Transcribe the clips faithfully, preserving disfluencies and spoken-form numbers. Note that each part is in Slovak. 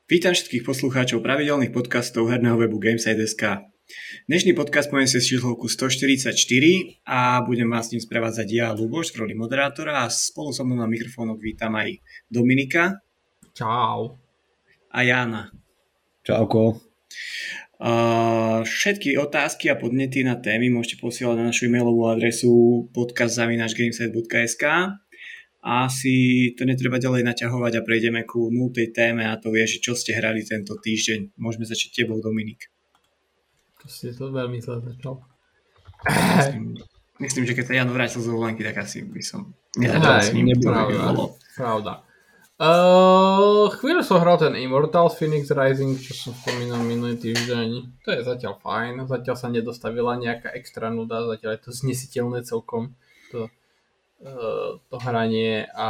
Vítam všetkých poslucháčov pravidelných podcastov herného webu Gamesite bodka es ká. Dnešný podcast poniesie číslovku stoštyridsaťštyri a budem vás tým sprevádzať ja, Luboš, v roli moderátora, a spolu so mnou na mikrofónoch vítam aj Dominika. Čau. A Jána. Čauko. Uh, všetky otázky a podnety na témy môžete posielať na našu e-mailovú adresu podcast zavináč gamesite bodka es ká. A si to netreba ďalej naťahovať a prejdeme ku nultej téme, a to je, že čo ste hrali tento týždeň. Môžeme začať tebou, Dominik. To si to veľmi zle začal. Myslím, myslím, že keď sa Jano vrátil z dovolenky, tak asi by som nehľadal s ním. Pravda, pravda. Uh, chvíľu som hral ten Immortals Phoenix Rising, čo som spomínal minulý týždeň. To je zatiaľ fajn, zatiaľ sa nedostavila nejaká extra nuda, zatiaľ je to znesiteľné celkom. To to hranie, a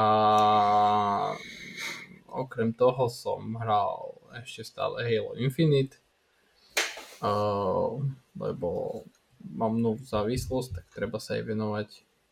okrem toho som hral ešte stále Halo Infinite, uh, lebo mám novú závislosť, tak treba sa jej venovať.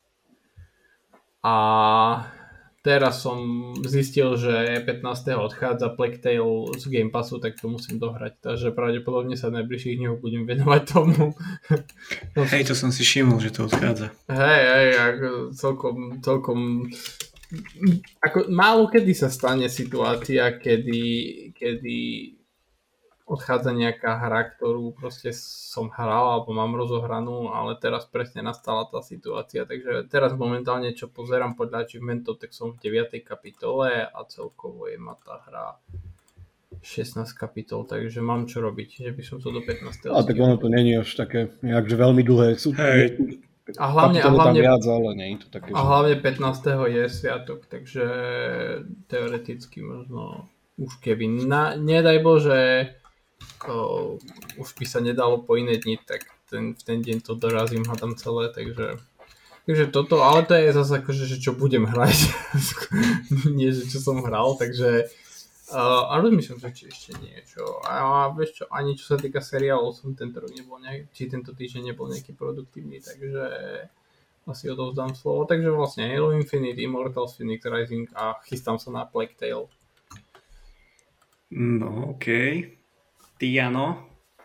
A teraz som zistil, že pätnásteho odchádza Plague Tale z Game Passu, tak to musím dohrať. Takže pravdepodobne sa v najbližších dňoch budem venovať tomu. Hej, to som si všimol, že to odchádza. Hej, hej, ako celkom, celkom... Ako málo kedy sa stane situácia, kedy, kedy odchádza nejaká hra, ktorú proste som hral alebo mám rozohranú, ale teraz presne nastala tá situácia, takže teraz momentálne, čo pozerám podľa achievementov, tak som v deviatej kapitole a celkovo je ma tá hra šestnásť kapitol, takže mám čo robiť, že by som to do pätnásteho A tak ono to není až také nejakže veľmi dlhé. Sú, Hej. A hlavne, a hlavne, viac, ale nie je to také, a hlavne pätnásteho je sviatok, takže teoreticky možno už keby, na, nedaj Bože, Uh, už by sa nedalo po iné dni, tak ten, v ten deň to dorazím, hádam celé, takže takže toto, ale to je zase akože, že čo budem hrať, nie, že čo som hral, takže uh, ale myslím, že či ešte niečo, a vieš čo, ani čo sa týka seriálov som tento rok nebol nejak, či tento týždeň nebol nejaký produktívny, takže asi odovzdám slovo, takže vlastne Halo Infinite, Immortals Phoenix Rising a chystám sa na Plague Tale. No, okej. Okay. Ty, Jano?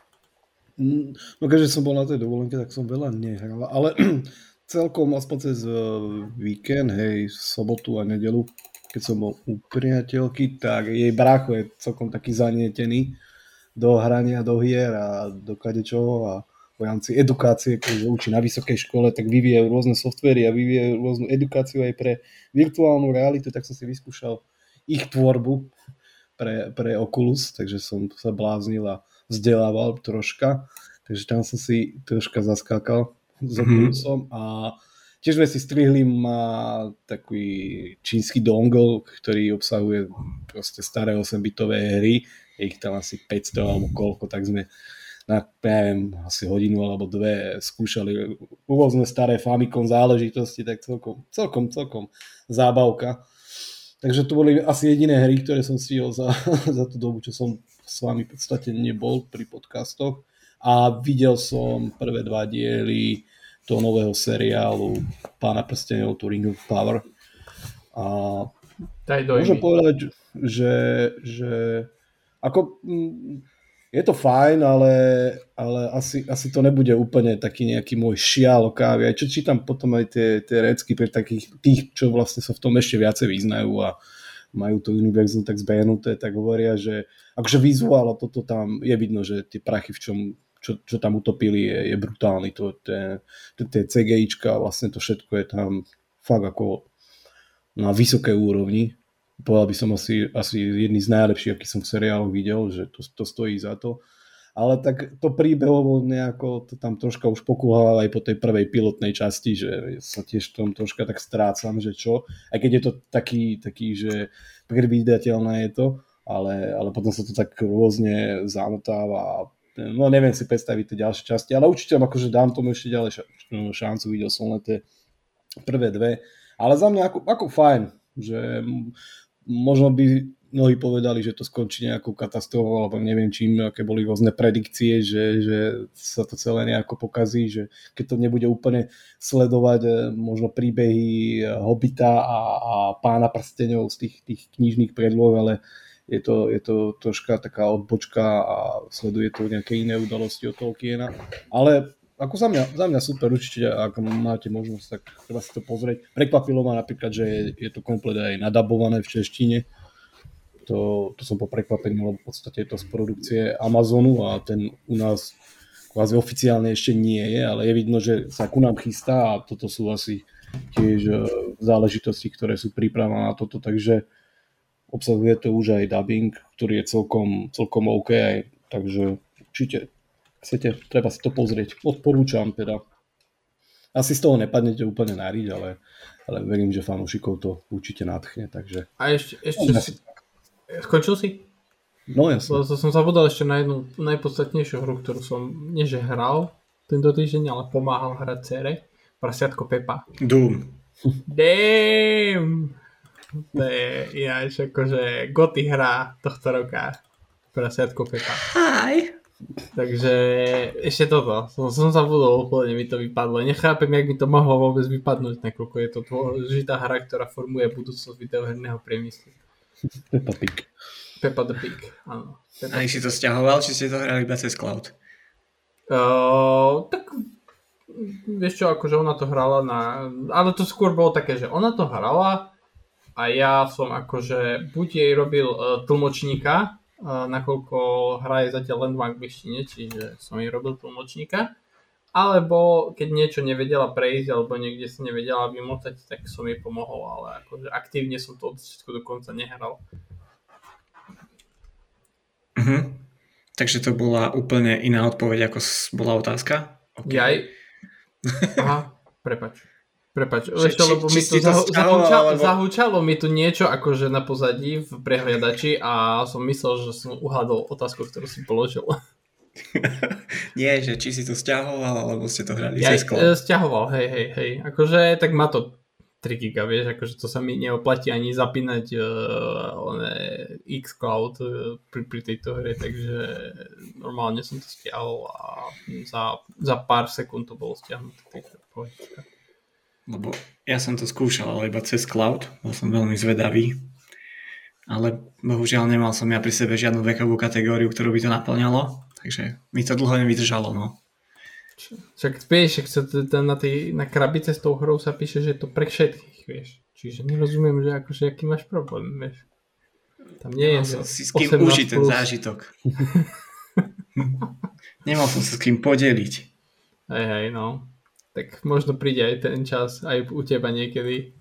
No keďže som bol na tej dovolenke, tak som veľa nehral, ale celkom aspoň cez víkend, hej, sobotu a nedelu, keď som bol u priateľky, tak jej brácho je celkom taký zanietený do hrania, do hier a do kadečoho, a v rámci edukácie, keď učí na vysokej škole, tak vyvíjajú rôzne softvery a vyvíjajú rôznu edukáciu aj pre virtuálnu realitu, tak som si vyskúšal ich tvorbu Pre, pre Oculus, takže som sa bláznil a vzdelával troška, takže tam som si troška zaskákal s Oculusom mm-hmm. a tiež sme si strihli, má taký čínsky dongle, ktorý obsahuje proste staré osembitové hry, je ich tam asi päťsto alebo koľko, tak sme na, neviem, asi hodinu alebo dve skúšali rôzne staré Famicom záležitosti, tak celkom, celkom, celkom zábavka. Takže to boli asi jediné hry, ktoré som stihol za, za tú dobu, čo som s vami v podstate nebol pri podcastoch. A videl som prvé dva diely toho nového seriálu Pána prstenov, to Ring of Power. A môžem povedať, že, že ako, je to fajn, ale, ale asi, asi to nebude úplne taký nejaký môj šial o káve. Aj čo čítam potom aj tie, tie recky pre takých tých, čo vlastne sa v tom ešte viacej vyznajú a majú to univerzum tak zbehnuté, tak hovoria, že akože vizuál a toto tam je vidno, že tie prachy, v čom, čo, čo tam utopili, je, je brutálny. To, tie, tie CGIčka, vlastne to všetko je tam fakt ako na vysokej úrovni. Povedal by som asi, asi jedný z najlepších, aký som v seriáloch videl, že to, to stojí za to. Ale tak to príbehovo nejako to tam troška už pokulhalo aj po tej prvej pilotnej časti, že sa tiež v tom troška tak strácam, že čo. Aj keď je to taký, taký že predvídateľné je to, ale, ale potom sa to tak rôzne zamotáva. No neviem si predstaviť tie ďalšie časti, ale určite akože dám tomu ešte ďalej šancu, videl som len tie prvé dve. Ale za mňa ako, ako fajn, že možno by mnohí povedali, že to skončí nejakou katastrofou, alebo neviem čím, aké boli rôzne predikcie, že, že sa to celé nejako pokazí, že keď to nebude úplne sledovať možno príbehy Hobita a, a Pána prstenov z tých, tých knižných predloh, ale je to, je to troška taká odbočka a sleduje to nejaké iné udalosti od Tolkiena. Ale ako za mňa, za mňa super, určite, ak máte možnosť, tak treba si to pozrieť. Prekvapilo ma napríklad, že je, je to komplet aj nadabované v češtine. To, to som po prekvapení, lebo v podstate je to z produkcie Amazonu a ten u nás kvázi oficiálne ešte nie je, ale je vidno, že sa ku nám chystá a toto sú asi tiež záležitosti, ktoré sú pripravené na toto, takže obsahuje to už aj dubbing, ktorý je celkom, celkom OK, aj, takže určite chcete, treba si to pozrieť. Odporúčam teda. Asi z toho nepadnete úplne na riť, ale, ale verím, že fanúšikov to určite nadchne, takže... A ešte, ešte si... Skončil si? No jasne. To som zabudol ešte na jednu najpodstatnejšiu hru, ktorú som nie že hral tento týždeň, ale pomáhal hrať cére. Prasiatko Pepa. Doom. Damn! To je ináč akože goty hra tohto roka. Prasiatko Pepa. Hi! Takže ešte toto. Som, som zabudol, úplne mi to vypadlo. Nechápem, jak mi to mohlo vôbec vypadnúť, nakoľko je to dôležitá hra, ktorá formuje budúcnosť videoherného priemyslu. Peppa Pig. Peppa the Pig, áno. A si to sťahoval, či ste to hrali iba cez cloud? Uh, tak vieš čo, akože ona to hrala na... Ale to skôr bolo také, že ona to hrala a ja som akože buď jej robil uh, tlmočníka, uh, nakoľko hra je zatiaľ len v angličtine, čiže som jej robil tlmočníka, alebo keď niečo nevedela prejsť, alebo niekde sa nevedela vymotať, tak som jej pomohol, ale akože aktívne som to od všetko do konca nehral. Uh-huh. Takže to bola úplne iná odpoveď, ako bola otázka? Okay. Jaj. Aha, prepač. Prepač, Či, ešte, lebo mi tu to zahu- zahúčalo, alebo... zahúčalo mi tu niečo akože na pozadí v prehliadači a som myslel, že som uhádol otázku, ktorú si položil. Nie, že či si to sťahoval, alebo ste to hrali ja, cez cloud. Sťahoval, hej, hej, hej. Akože tak má to tri giga, vieš, akože to sa mi neoplatí ani zapínať uh, xCloud uh, pri, pri tejto hre, takže normálne som to stiahol a za, za pár sekúnd to bolo stiahnuté. Lebo ja som to skúšal, ale iba cez cloud, bol som veľmi zvedavý, ale bohužiaľ nemal som ja pri sebe žiadnu vekovú kategóriu, ktorú by to naplňalo, takže mi to dlho nevydržalo, no. Však vieš, sa na, tej, na krabice s tou hrou sa píše, že je to pre všetkých, vieš. Čiže nerozumiem, že akože aký máš problém, vieš. Tam nie Nemal je, som si s kým užiť ten zážitok. Nemal som sa s kým podeliť. Hej, hej, no. Tak možno príde aj ten čas aj u teba niekedy.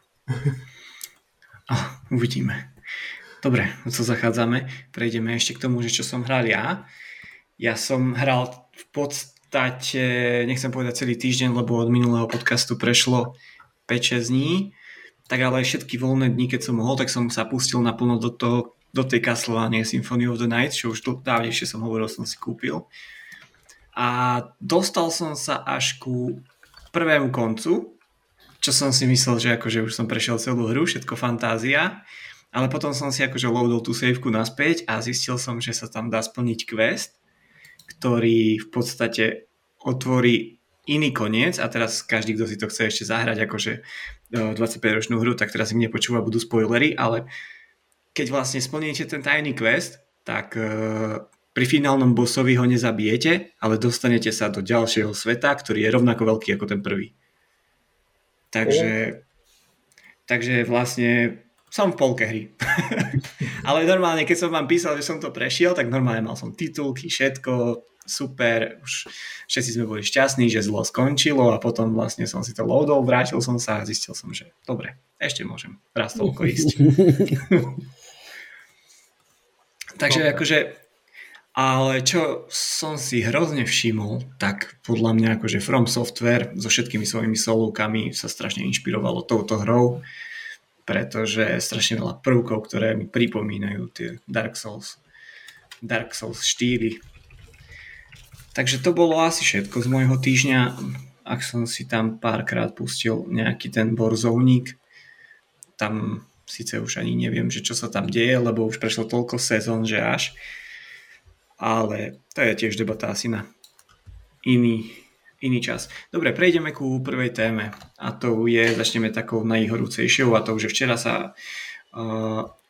Oh, uvidíme. Dobre, co zachádzame? Prejdeme ešte k tomu, že čo som hral ja. Ja som hral v podstate nechcem povedať celý týždeň, lebo od minulého podcastu prešlo päť šesť dní, tak ale všetky voľné dni, keď som mohol, tak som sa pustil naplno do, toho, do tej Castlevania Symphony of the Night, čo už dávnejšie som hovoril, som si kúpil. A dostal som sa až ku prvému koncu, čo som si myslel, že akože už som prešiel celú hru, všetko fantázia, ale potom som si akože loadol tú saveku naspäť a zistil som, že sa tam dá splniť quest, ktorý v podstate otvorí iný koniec a teraz každý, kto si to chce ešte zahrať akože dvadsaťpäťročnú hru, tak teraz im nepočúva, budú spoilery, ale keď vlastne splníte ten tajný quest, tak uh, pri finálnom bossovi ho nezabijete, ale dostanete sa do ďalšieho sveta, ktorý je rovnako veľký ako ten prvý. Takže, takže vlastne som v polke hry. Ale normálne, keď som vám písal, že som to prešiel, tak normálne mal som titulky, všetko, super, už všetci sme boli šťastní, že zlo skončilo a potom vlastne som si to loadol, vrátil som sa a zistil som, že dobre, ešte môžem raz toľko ísť. Takže akože, ale čo som si hrozne všimol, tak podľa mňa akože From Software so všetkými svojimi solúkami sa strašne inšpirovalo touto hrou, pretože strašne veľa prvkov, ktoré mi pripomínajú tie Dark Souls, Dark Souls štyri. Takže to bolo asi všetko z môjho týždňa. Ak som si tam párkrát pustil nejaký ten Warzone, tam síce už ani neviem, že čo sa tam deje, lebo už prešlo toľko sezón, že až. Ale to je tiež debata asi na iný iný čas. Dobre, prejdeme ku prvej téme a to je, začneme takou najhorúcejšou a to už včera sa uh,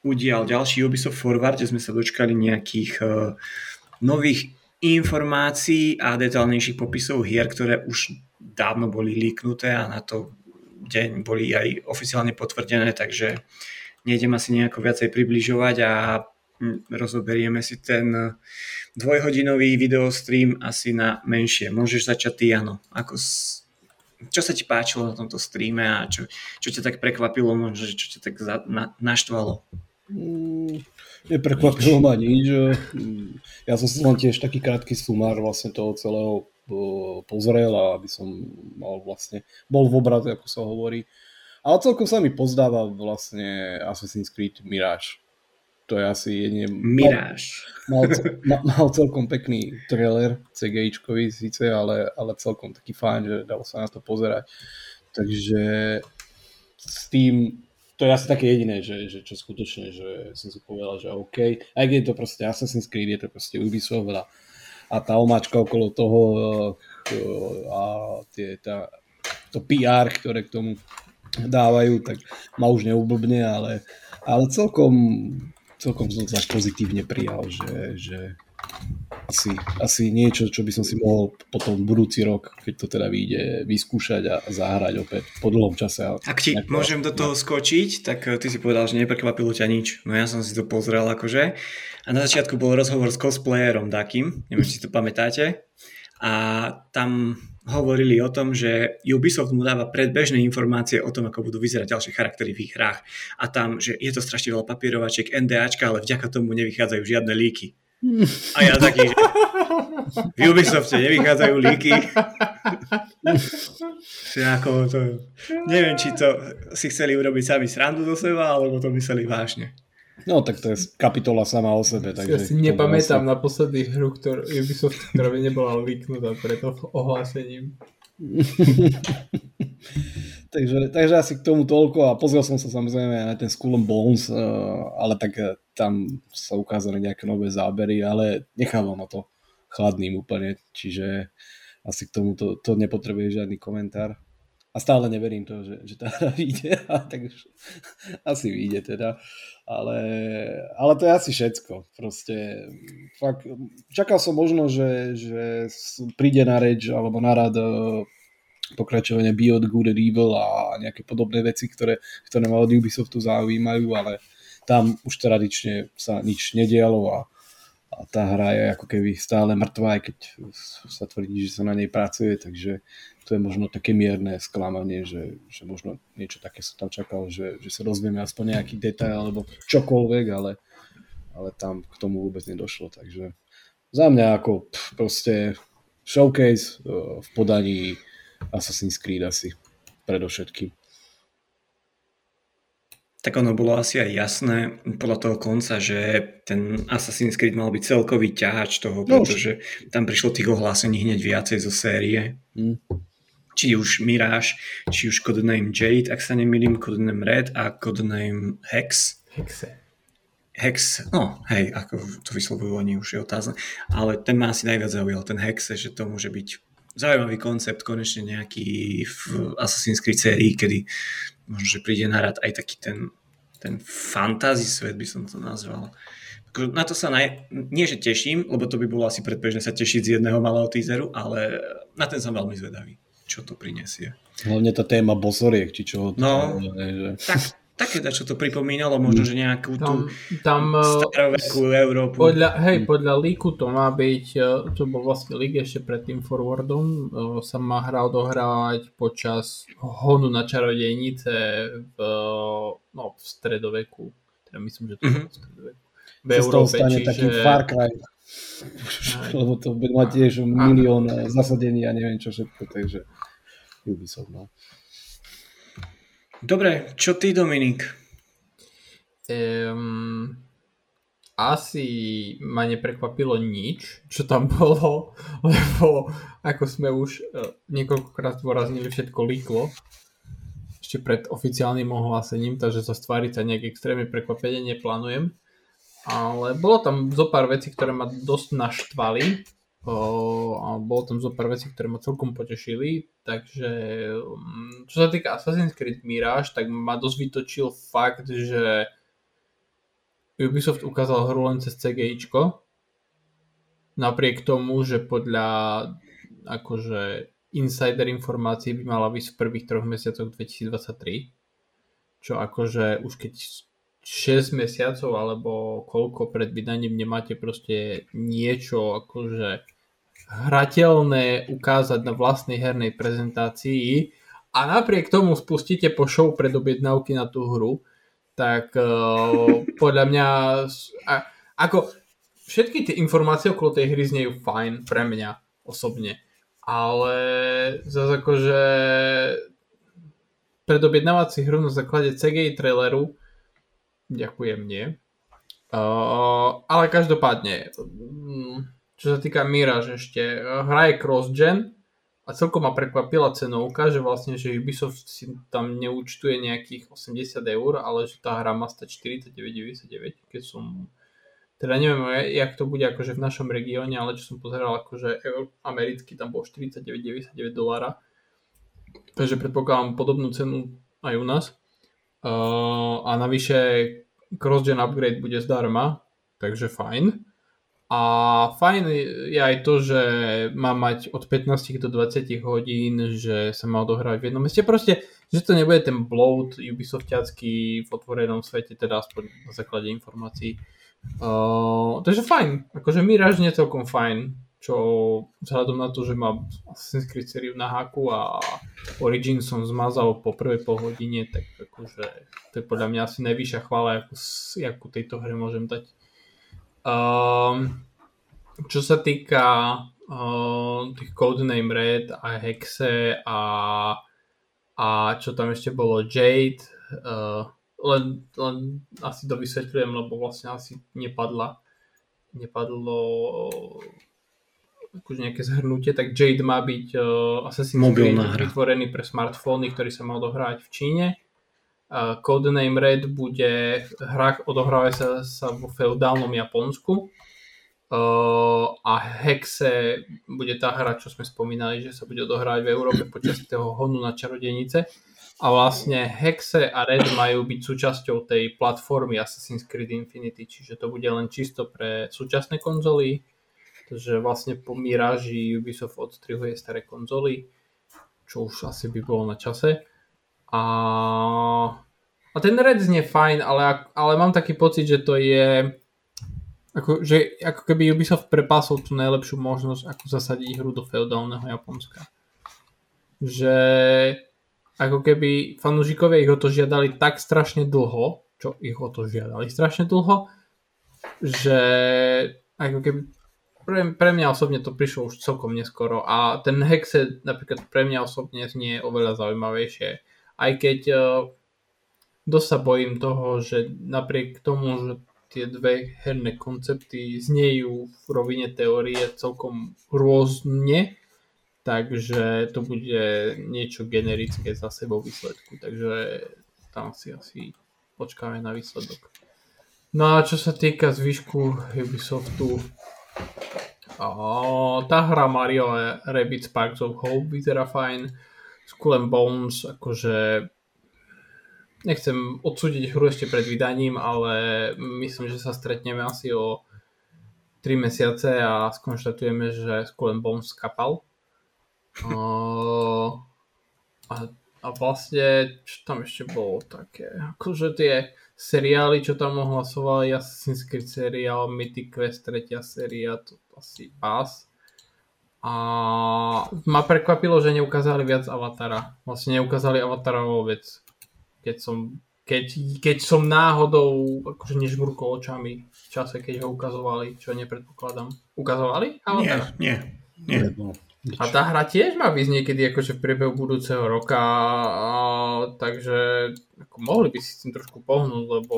udial ďalší Ubisoft Forward, kde sme sa dočkali nejakých uh, nových informácií a detailnejších popisov hier, ktoré už dávno boli líknuté a na to deň boli aj oficiálne potvrdené, takže nejdem asi nejako viacej približovať a rozoberieme si ten dvojhodinový videostream asi na menšie. Môžeš začať ty, Jano. Ako s... Čo sa ti páčilo na tomto streame a čo, čo ťa tak prekvapilo, možno, čo ťa tak za, na, naštvalo? Mm, neprekvapilo ma nič. Ja som si len tiež taký krátky sumár vlastne toho celého pozrel a aby som mal vlastne bol v obrate, ako sa hovorí. Ale celkom sa mi pozdáva vlastne Assassin's Creed Mirage. To je asi jedine... Mirage. Mal, mal, mal celkom pekný trailer, CGIčkový síce, ale, ale celkom taký fajn, že dalo sa na to pozerať. Takže s tým, to je asi také jediné, že, že čo skutočne, že som si povedal, že OK. Aj keď je to proste Assassin's Creed, je to proste Ubisoft a, a tá omáčka okolo toho a tie, tá, to pé er, ktoré k tomu dávajú, tak ma už neublbne, ale, ale celkom, celkom som sa pozitívne prijal, že, že asi, asi niečo, čo by som si mohol potom budúci rok, keď to teda vyjde, vyskúšať a zahrať opäť po dlhom čase. Ak ti nejako, môžem do toho skočiť, tak ty si povedal, že neprekvapilo ťa nič. No ja som si to pozrel akože. A na začiatku bol rozhovor s cosplayerom Dakim, neviem, či si to pamätáte. A tam hovorili o tom, že Ubisoft mu dáva predbežné informácie o tom, ako budú vyzerať ďalšie charaktery v ich hrách. A tam, že je to strašne veľa papierovačiek, NDAčka, ale vďaka tomu nevychádzajú žiadne líky. A ja taký, že v Ubisofte nevychádzajú líky. Ako to, neviem, či to si chceli urobiť sami srandu do seba, alebo to mysleli vážne. No tak to je kapitola sama o sebe. Takže ja si nepamätám na posledný hru, ktorú Ubisoft, ktorá by nebola líknutá preto ohlásením. takže, takže asi k tomu toľko a pozrel som sa samozrejme na ten Skull and Bones, ale tak tam sa ukázali nejaké nové zábery, ale nechával ma to chladným úplne, čiže asi k tomu to, to nepotrebuje žiadny komentár. A stále neverím to, že, že tá hra vyjde, tak už asi vyjde teda. Ale, ale to je asi všetko. Proste, fakt, čakal som možno, že, že príde na reč alebo na rad pokračovanie Beyond Good and Evil a nejaké podobné veci, ktoré, ktoré ma od Ubisoftu zaujímajú, ale tam už tradične sa nič nedialo a, a tá hra je ako keby stále mŕtvá, aj keď sa tvrdí, že sa na nej pracuje, takže to je možno také mierne sklamanie, že, že možno niečo také som tam čakal, že, že sa dozvieme aspoň nejaký detail alebo čokoľvek, ale, ale tam k tomu vôbec nedošlo, takže za mňa ako pff, proste showcase uh, v podaní Assassin's Creed asi predovšetkým. Tak ono bolo asi aj jasné podľa toho konca, že ten Assassin's Creed mal byť celkový ťahač toho, pretože tam prišlo tých ohlásení hneď viacej zo série. Hmm. Či už Mirage, či už codename Jade, ak sa nemýlim, codename Red a codename Hex. Hexe. Hex, no hej, ako to vyslovujú oni, už je otázne. Ale ten ma asi najviac zaujal, ten Hexe, že to môže byť zaujímavý koncept, konečne nejaký v Assassin's Creed sérii, kedy možno, že príde na rad aj taký ten, ten fantasy svet, by som to nazval. Na to sa naj... nie, že teším, lebo to by bolo asi predbežné sa tešiť z jedného malého teaseru, ale na ten som veľmi zvedavý, čo to prinesie. Hlavne tá téma bosoriek, či čo? No, to, že... tak, také čo to pripomínalo, možno, že nejakú tam, tú tam, starovekú Európu. Podľa, hej, podľa líku to má byť, to bol vlastne lík ešte pred tým Forwardom, sa má hra odohrávať počas honu na čarodejnice v, no, v stredoveku. Teda myslím, že to mm-hmm. je v stredoveku. V Európe, stane čiže... taký Far Cry. Lebo to má tiež milión zasadení a neviem čo všetko, takže Ubisoft, no. Dobre, čo ty, Dominik? Um, asi ma neprekvapilo nič, čo tam bolo, lebo ako sme už uh, niekoľkokrát dôraznili, všetko líklo ešte pred oficiálnym ohlásením, takže sa stváriť sa nejak extrémne prekvapenie neplánujem. Ale bolo tam zo pár vecí, ktoré ma dosť naštvali. O, a bolo tam zo pár vecí, ktoré ma celkom potešili, takže čo sa týka Assassin's Creed Mirage, tak ma dosť vytočil fakt, že Ubisoft ukázal hru len cez cé gé íčko, napriek tomu, že podľa akože insider informácií by mala byť v prvých troch mesiacoch dvetisícdvadsaťtri, čo akože už keď šesť mesiacov alebo koľko pred vydaním nemáte proste niečo akože hrateľné ukázať na vlastnej hernej prezentácii a napriek tomu spustíte po show predobjednávky na tú hru, tak uh, podľa mňa a, ako všetky tie informácie okolo tej hry znejú fajn pre mňa osobne, ale zase akože predobjednávací hru na základe cé gé í traileru ďakujem, nie. Uh, ale každopádne čo sa týka Mirage ešte, hra je cross-gen a celkom ma prekvapila cenovka, že vlastne, že Ubisoft si tam neúčtuje nejakých osemdesiat eur, ale že tá hra má stať štyridsaťdeväť deväťdesiatdeväť, keď som, teda neviem, jak to bude akože v našom regióne, ale čo som pozeral, akože americký tam bol štyridsaťdeväť deväťdesiatdeväť dolára, takže predpokladám podobnú cenu aj u nás. Uh, a navyše cross-gen upgrade bude zdarma, takže fajn. A fajn je aj to, že má mať od pätnásť do dvadsať hodín, že sa má odohrať v jednom meste. Proste, že to nebude ten bloat Ubisoftiacký v otvorenom svete, teda aspoň na základe informácií. Uh, takže fajn. Akože Mirage nie celkom fajn, čo vzhľadom na to, že má Assassin's Creed sériu na háku a Origin som zmazal po prvej pol hodine, tak akože to je podľa mňa asi najvyššia chvála, akú, akú tejto hre môžem dať. Um, čo sa týka uh, tých Codename Red a Hexe a, a čo tam ešte bolo Jade, uh, len, len asi to vysvetľujem, lebo vlastne asi nepadla nepadlo akože nejaké zhrnutie, tak Jade má byť uh, Assassin's Creed vytvorený pre smartfóny, ktorý sa mal dohrávať v Číne. Uh, Codename Red bude hra, odohráva sa, sa vo feudálnom Japonsku uh, a Hexe bude tá hra, čo sme spomínali, že sa bude odohrávať v Európe počas toho honu na čarodejnice a vlastne Hexe a Red majú byť súčasťou tej platformy Assassin's Creed Infinity, čiže to bude len čisto pre súčasné konzoly, takže vlastne po Mirage Ubisoft odstrihuje staré konzoly, čo už asi by bolo na čase. A, a ten Red znie fajn, ale, ale mám taký pocit, že to je ako, že, ako keby Ubisoft prepásol tú najlepšiu možnosť, ako zasadiť hru do feudálneho Japonska. Že ako keby fanúšikovia ich o to žiadali tak strašne dlho, čo ich o to žiadali strašne dlho, že ako keby pre, pre mňa osobne to prišlo už celkom neskoro a ten Hexe napríklad pre mňa osobne znie oveľa zaujímavejšie. Aj keď uh, dosť sa bojím toho, že napriek tomu, že tie dve herné koncepty zniejú v rovine teórie celkom rôzne, takže to bude niečo generické zase vo výsledku, takže tam si asi počkáme na výsledok. No a čo sa týka zvyšku Ubisoftu, oh, tá hra Mario Rabbids Sparks of Hope vyzerá fajn. Skull and Bones, akože nechcem odsúdiť hru ešte pred vydaním, ale myslím, že sa stretneme asi o tri mesiace a skonštatujeme, že Skull and Bones skapal. Uh, a, a vlastne, čo tam ešte bolo také, akože tie seriály, čo tam ohlasovali, Assassin's Creed seriál, Mythic Quest tretia séria, to asi pás. A ma prekvapilo, že neukázali viac Avatara. Vlastne neukázali Avatara vôbec. Keď som, keď, keď som náhodou akože nežmurkol očami v čase, keď ho ukazovali, čo nepredpokladám. Ukazovali Avatara? Nie, nie, nie. A tá hra tiež má byť niekedy akože v priebehu budúceho roka, a, takže ako mohli by si s tým trošku pohnúť, lebo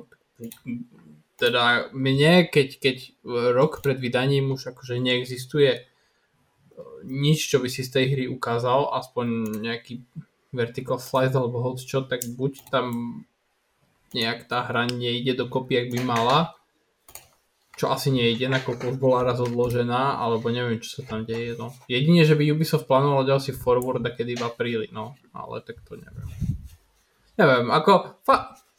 teda mne, keď, keď rok pred vydaním už akože neexistuje nič, čo by si z tej hry ukázal, aspoň nejaký vertical slice alebo hotshot, tak buď tam nejak tá hra nejde dokopy, jak by mala, čo asi nejde, nakoľko už bola raz odložená, alebo neviem, čo sa tam deje. No. Jedine, že by Ubisoft plánoval ďalší forward a kedy v apríli, no, ale tak to neviem. Neviem, ako fa-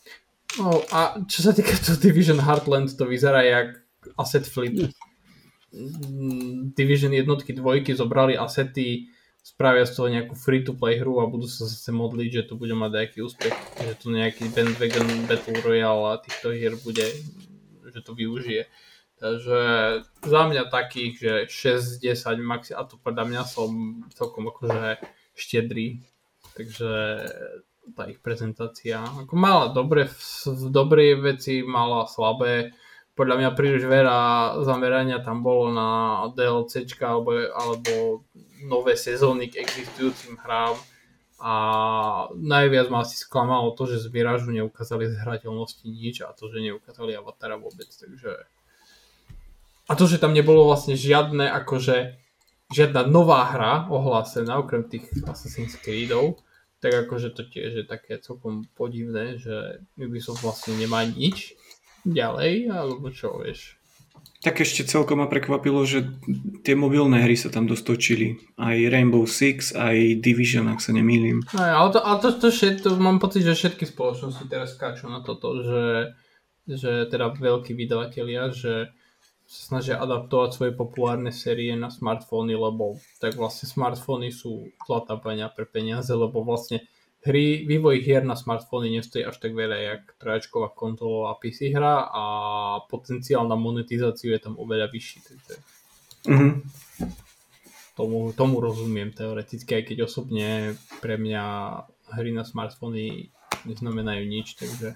No a čo sa týka toho Division Heartland, to vyzerá jak asset flip. Division jednotky, dvojky zobrali asety, spravia z toho nejakú free-to-play hru a budú sa zase modliť, že to bude mať nejaký úspech, že to nejaký bandwagon Battle Royale a týchto hier bude, že to využije. Takže za mňa takých, že šesť desať maxi, a to podľa mňa som celkom akože štedrý. Takže tá ich prezentácia ako mala dobre, dobré veci, mala slabé. Podľa mňa príliš veľa zamerania tam bolo na DLCčka alebo, alebo nové sezóny k existujúcim hrám a najviac ma asi sklamalo to, že z Mirážu neukázali z hrateľnosti nič a to, že neukázali Avatara vôbec, takže a to, že tam nebolo vlastne žiadne akože žiadna nová hra ohlásená okrem tých Assassin's Creedov, tak akože to tiež je také celkom podivné, že Ubisoft vlastne nemá nič ďalej, alebo čo, vieš. Tak ešte celkom ma prekvapilo, že tie mobilné hry sa tam dostočili. Aj Rainbow Six, aj Division, ak sa nemýlim. No, ale to, ale to, to, všetko, mám pocit, že všetky spoločnosti teraz skáču na toto, že, že teda veľkí vydavatelia, že sa snažia adaptovať svoje populárne série na smartfóny, lebo tak vlastne smartfóny sú zlatá paňa pre peniaze, lebo vlastne hry, vývoj hier na smartfóny nestojí až tak veľa, jak trojačková kontrolová pé cé hra a potenciál na monetizáciu je tam oveľa vyšší. Takže mm-hmm. tomu, tomu rozumiem teoreticky, aj keď osobne pre mňa hry na smartfóny neznamenajú nič, takže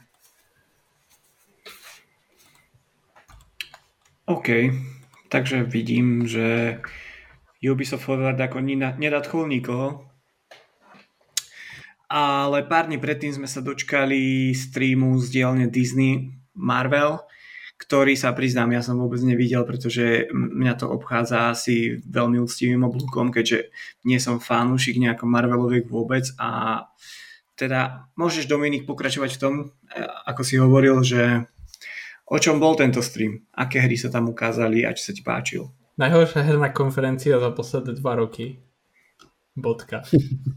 OK, takže vidím, že Ubisoft Forward ako nenadchol nikoho. Ale pár dní predtým sme sa dočkali streamu z dielne Disney Marvel, ktorý sa priznám, ja som vôbec nevidel, pretože mňa to obchádza asi veľmi úctivým oblúkom, keďže nie som fanúšik nejako Marveloviek vôbec a teda môžeš, Dominik, pokračovať v tom, ako si hovoril, že o čom bol tento stream, aké hry sa tam ukázali a či sa ti páčil. Najhoršia herná konferencia za posledné dva roky. Bodka.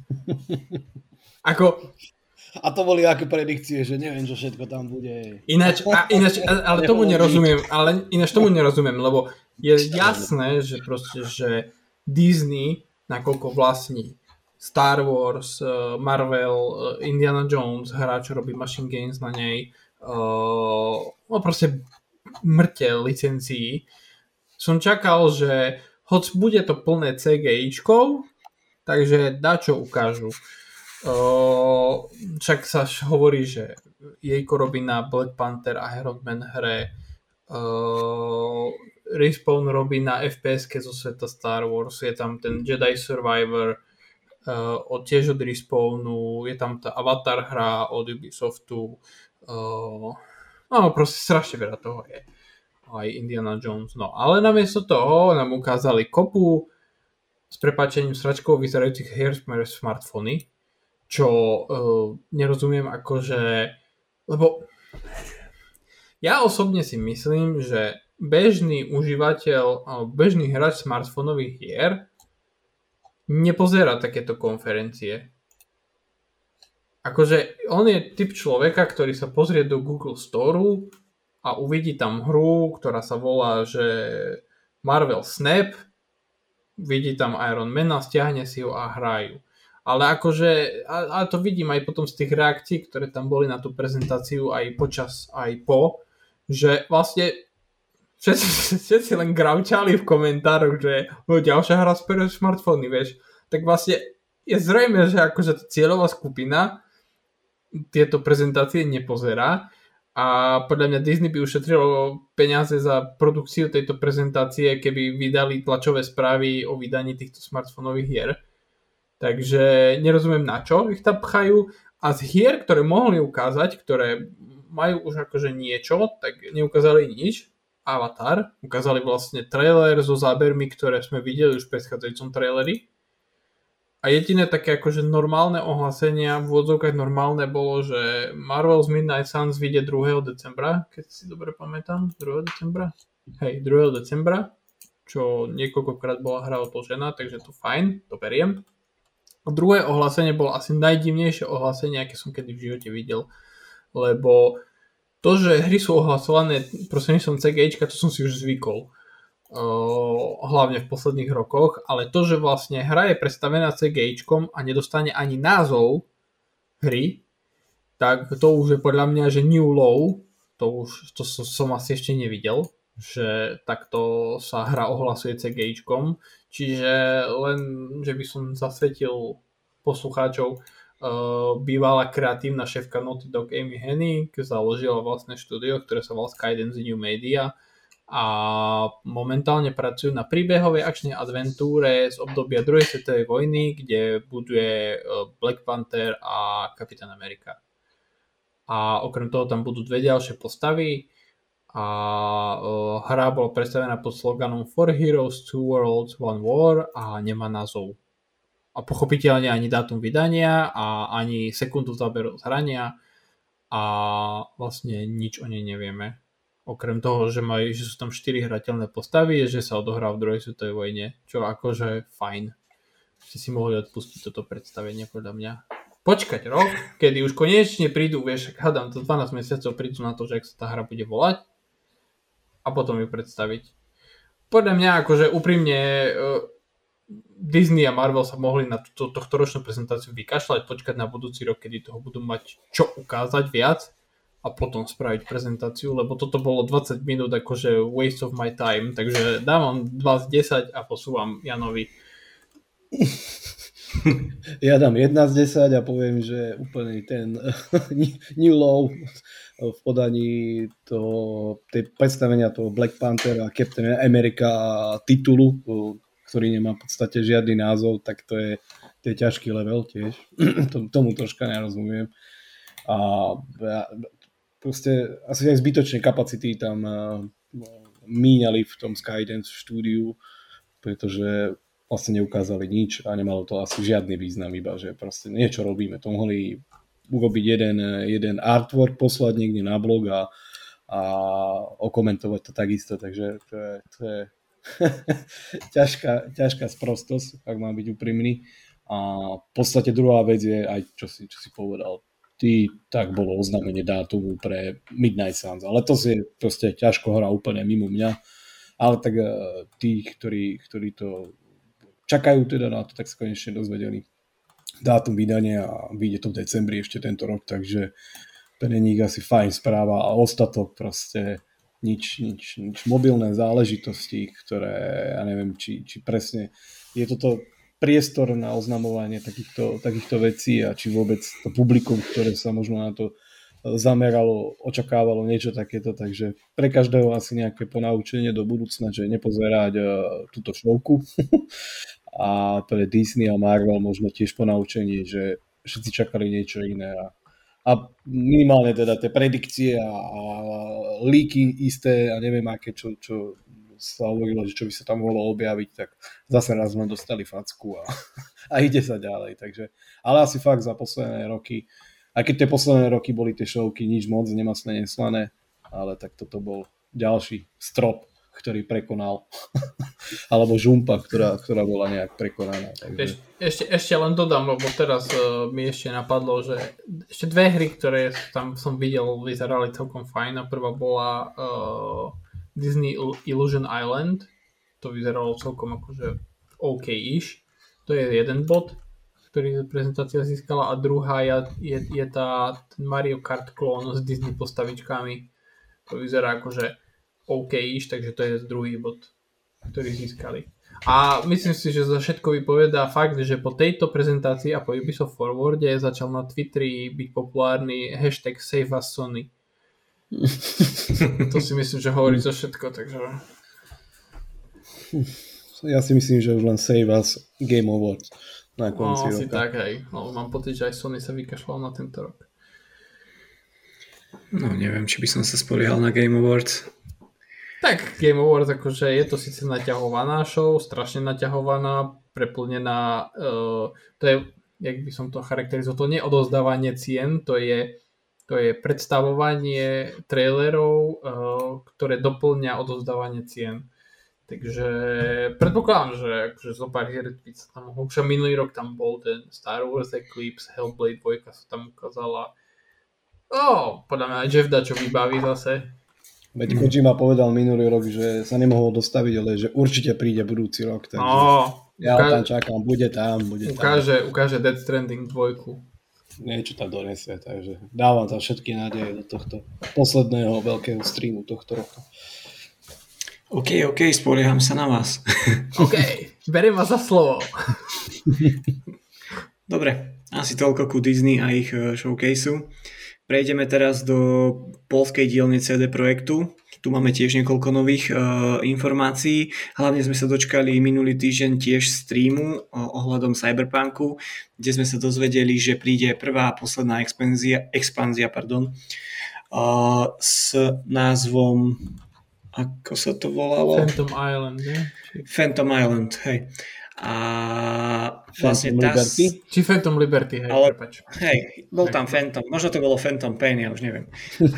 Ako... A to boli aké predikcie, že neviem, čo všetko tam bude. Ináč, a, ináč ale tomu nerozumiem, ale ináč tomu nerozumiem, lebo je jasné, že proste, že Disney, nakoľko vlastní Star Wars, Marvel, Indiana Jones, hráč robí Machine Games na nej, uh, no proste mŕte licencií. Som čakal, že hoď bude to plné cé gé íčkov, takže dačo ukážu. Uh, však sa hovorí, že Jejko robí na Black Panther a Iron Man hre, uh, Respawn robí na ef pé eske zo sveta Star Wars, je tam ten Jedi Survivor uh, od, tiež od Respawnu, je tam tá Avatar hra od Ubisoftu, uh, no proste strašne veľa toho je, aj Indiana Jones, no ale namiesto toho nám ukázali kopu s prepáčením sračkou vyzerajúcich hier smartfóny, čo uh, nerozumiem akože, lebo ja osobne si myslím, že bežný užívateľ alebo bežný hráč smartfónových hier nepozerá takéto konferencie. Akože on je typ človeka, ktorý sa pozrie do Google Store a uvidí tam hru, ktorá sa volá, že Marvel Snap, vidí tam Iron Mana, stiahne si ho a hrajú. Ale akože, a, a to vidím aj potom z tých reakcií, ktoré tam boli na tú prezentáciu aj počas, aj po, že vlastne všetci, všetci len gravčali v komentároch, že no, ďalšia hra z smartfóny, vieš. Tak vlastne je zrejme, že akože tá cieľová skupina tieto prezentácie nepozerá a podľa mňa Disney by ušetrilo peniaze za produkciu tejto prezentácie, keby vydali tlačové správy o vydaní týchto smartfónových hier. Takže nerozumiem, na čo ich tam pchajú. A z hier, ktoré mohli ukázať, ktoré majú už akože niečo, tak neukázali nič. Avatar. Ukázali vlastne trailer so zábermi, ktoré sme videli už v predchádzajúcom traileri. A jediné také akože normálne ohlásenia, v odzvukách normálne bolo, že Marvel's Midnight Suns vyjde druhého decembra, keď si dobre pamätám. druhého decembra? Hej, druhého decembra. Čo niekoľkokrát bola hra odložená, takže to fajn, to beriem. A druhé ohlásenie bolo asi najdivnejšie ohlásenie, aké som kedy v živote videl, lebo to, že hry sú ohlasované prostredníctvom cé gé éčka, to som si už zvykol. Uh, hlavne v posledných rokoch, ale to, že vlastne hra je predstavená cé gé éčkom a nedostane ani názov hry, tak to už je podľa mňa, že new low, to už to som asi ešte nevidel, že takto sa hra ohlasuje cé gé éčkom, čiže len, že by som zasvetil poslucháčov, uh, bývalá kreatívna šéfka Naughty Dog Amy Hennig založila vlastné štúdio, ktoré sa volá Skydance New Media a momentálne pracujú na príbehovej akčnej adventúre z obdobia druhej svetovej vojny, kde buduje Black Panther a Kapitán Amerika. A okrem toho tam budú dve ďalšie postavy a uh, hra bola predstavená pod sloganom Four Heroes, Two Worlds, One War a nemá názov. A pochopiteľne ani dátum vydania a ani sekundu záberu z hrania a vlastne nič o nej nevieme. Okrem toho, že, majú, že sú tam štyri hrateľné postavy, že sa odohrá v druhej svetovej vojne, čo akože fajn. Ste si mohli odpustiť toto predstavenie podľa mňa. Počkať rok, kedy už konečne prídu, vieš, hádam to dvanásť mesiacov prídu na to, že ak sa tá hra bude volať a potom ju predstaviť. Podľa mňa akože úprimne Disney a Marvel sa mohli na túto tohtoročnú prezentáciu vykašľať, počkať na budúci rok, kedy toho budú mať čo ukázať viac a potom spraviť prezentáciu, lebo toto bolo dvadsať minút akože waste of my time, takže dávam dvadsať desať a posúvam Janovi. Ja dám jeden z desať a poviem, že úplne ten new low v podaní toho, tej predstavenia toho Black Panther a Captain America titulu, ktorý nemá v podstate žiadny názov, tak to je, to je ťažký level tiež. Tomu troška nerozumiem. A proste asi aj zbytočné kapacity tam míňali v tom Skydance štúdiu, pretože vlastne neukázali nič a nemalo to asi žiadny význam, iba že proste niečo robíme. To mohli urobiť jeden, jeden artwork, poslať niekde na blog a, a okomentovať to takisto, takže to je, to je ťažká, ťažká sprostosť, ak mám byť úprimný. A v podstate druhá vec je aj, čo si, čo si povedal, ty, tak bolo oznámenie dátumu pre Midnight Suns, ale to si proste ťažko hrá úplne mimo mňa, ale tak tí, ktorí, ktorí to čakajú teda na to, tak sa konečne dozvedeli dátum vydania a vyjde to v decembri ešte tento rok, takže pre nich asi fajn správa a ostatok proste nič, nič, nič mobilné záležitosti, ktoré ja neviem, či, či presne je toto priestor na oznamovanie takýchto, takýchto vecí a či vôbec to publikum, ktoré sa možno na to zameralo, očakávalo niečo takéto, takže pre každého asi nejaké ponaučenie do budúcna, že nepozerať uh, túto šovku a pre Disney a Marvel možno tiež ponaučenie, že všetci čakali niečo iné a, a minimálne teda tie predikcie a, a líky isté a neviem aké, čo, čo sa hovorilo, že čo by sa tam mohlo objaviť, tak zase raz sme dostali facku a, a ide sa ďalej. Takže, ale asi fakt za posledné roky, aj keď tie posledné roky boli tie šovky nič moc, nemastné, neslané, ale tak toto bol ďalší strop, ktorý prekonal, alebo žumpa, ktorá, ktorá bola nejak prekonaná. Takže... Eš, ešte, ešte len dodám, lebo teraz uh, mi ešte napadlo, že ešte dve hry, ktoré tam som videl, vyzerali celkom fajn. A prvá bola uh, Disney Illusion Island, to vyzeralo celkom akože OK-ish, to je jeden bod, ktorý prezentácia získala, a druhá je, je, je tá ten Mario Kart klón s Disney postavičkami, to vyzerá akože OK-ish, takže to je druhý bod, ktorý získali. A myslím si, že za všetko vypovedá fakt, že po tejto prezentácii a po Ubisoft Forwarde začal na Twitteri byť populárny hashtag Save Us Sony. To si myslím, že hovorí za všetko, takže... Ja si myslím, že už len Save Us Game Awards na konci no, roka. asi tak, hej. No, mám pocit, že aj Sony sa vykašľal na tento rok. No, neviem, či by som sa spoliehal na Game Awards. Tak, Game Awards, akože je to síce naťahovaná show, strašne naťahovaná, preplnená, uh, to je, jak by som to charakterizoval, to nie odozdávanie cien, to je To je predstavovanie trailerov, uh, ktoré doplňa odozdávanie cien. Takže predpokladám, že akože zo pár hier sa tam mohol. Minulý rok tam bol ten Star Wars Eclipse, Hellblade dva sa tam ukázala. Oh, podľa mňa Jeff da čo vybaví zase. Veď Kojima povedal minulý rok, že sa nemohol dostaviť, ale že určite príde budúci rok, takže No, ja ukáže, tam čakám, bude tam, bude ukáže, tam. Ukáže Death Stranding dvojku. Niečo tam donesie, takže dávam tam všetky nádeje do tohto posledného veľkého streamu tohto roka. OK, OK, spolieham sa na vás. OK, beriem vás za slovo. Dobre, asi toľko ku Disney a ich showcaseu. Prejdeme teraz do poľskej dielne cé dé Projektu. Tu máme tiež niekoľko nových uh, informácií. Hlavne sme sa dočkali minulý týždeň tiež streamu uh, ohľadom Cyberpunku, kde sme sa dozvedeli, že príde prvá a posledná expanzia, expanzia pardon, uh, s názvom, ako sa to volalo? Phantom Island, ne? Phantom Island, hej. A vlastne Phantom tá... Liberty? Či Phantom Liberty, hej, ale, prepač. Hej, bol tam Phantom, možno to bolo Phantom Pain, ja už neviem.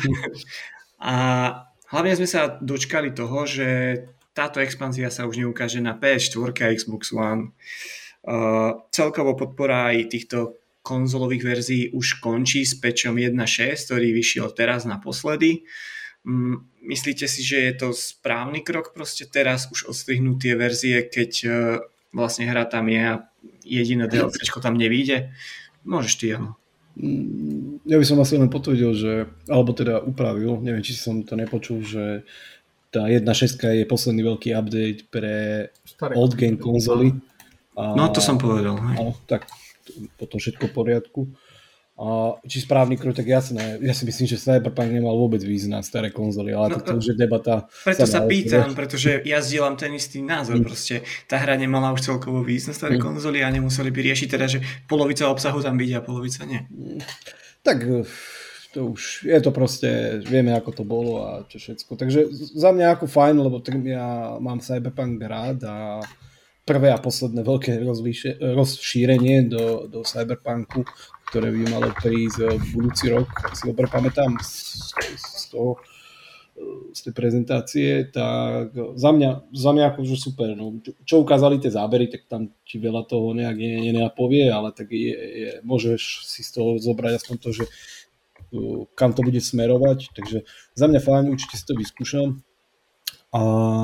A hlavne sme sa dočkali toho, že táto expanzia sa už neukáže na pé es štyri a Xbox One. Uh, celkovo podpora aj týchto konzolových verzií už končí s patchom jedna bodka šesť, ktorý vyšiel teraz naposledy. Um, myslíte si, že je to správny krok proste teraz už odstrihnúť tie verzie, keď uh, vlastne hra tam je a jediné DLCčko tam nevíde? Môžeš ty, áno. Ja by som asi len potvrdil, že, alebo teda upravil, neviem, či som to nepočul, že tá jedna bodka šesť je posledný veľký update pre Staré old game konzoly. A, no to som povedal. Hej. Áno, tak potom všetko v poriadku. A či správny krok, tak jasné. Ja si myslím, že Cyberpunk nemal vôbec výjsť na staré konzoly, ale no, to už je debata. Preto sa, sa pýtam, pretože ja zdieľam ten istý názor. Mm. Proste tá hra nemala už celkovo výjsť na staré mm. konzoly a nemuseli by riešiť teda, že polovica obsahu tam vidia a polovica nie. Tak to už je to proste, vieme ako to bolo a čo všetko. Takže za mňa ako fajn, lebo ja mám Cyberpunk rád a prvé a posledné veľké rozvýše, rozšírenie do, do Cyberpunku, ktoré by malo prísť v budúci rok, ak si dobre pamätám z, z toho, z tej prezentácie, tak za mňa, za mňa akože super. No. Čo, čo ukázali tie zábery, tak tam ti veľa toho nejak nenapovie, ale tak je, je, môžeš si z toho zobrať aspoň to, že uh, kam to bude smerovať. Takže za mňa fajn, určite si to vyskúšam. A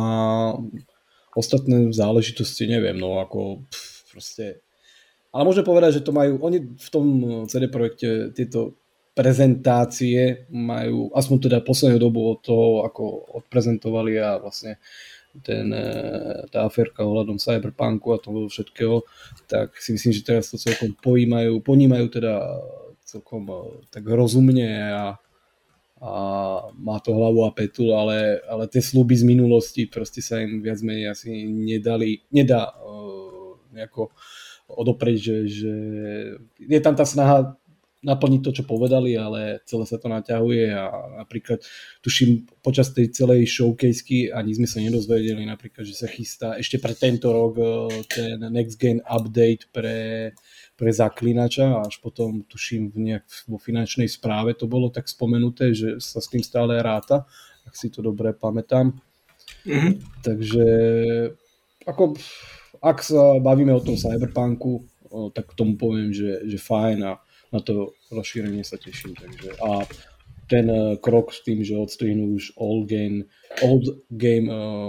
ostatné záležitosti neviem, no ako pff, proste. Ale môžem povedať, že to majú, oni v tom cé dé Projekte tieto prezentácie majú, aspoň teda poslednú dobu od toho, ako odprezentovali a vlastne ten, tá aférka ohľadom Cyberpunku a toho všetkého, tak si myslím, že teraz to celkom pojímajú, ponímajú teda celkom tak rozumne a, a má to hlavu a petu, ale, ale tie sľuby z minulosti proste sa im viac menej asi nedali, nedá uh, nejako odoprieť, že, že je tam tá snaha naplniť to, čo povedali, ale celé sa to naťahuje a napríklad tuším počas tej celej showcaseky ani sme sa nedozvedeli napríklad, že sa chystá ešte pre tento rok ten next gen update pre, pre Zaklinača a až potom tuším v nejak vo finančnej správe to bolo tak spomenuté, že sa s tým stále ráta, ak si to dobre pamätám. Mm-hmm. Takže ako ak sa bavíme o tom Cyberpunku, o, tak k tomu poviem, že, že fajn a na to rozšírenie sa teším. Takže, a ten uh, krok s tým, že odstrihnú už old game, old game uh,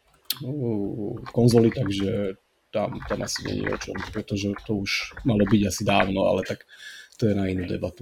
uh, konzoly, takže tam, tam asi nie je o čom, pretože to už malo byť asi dávno, ale tak to je na inú debatu.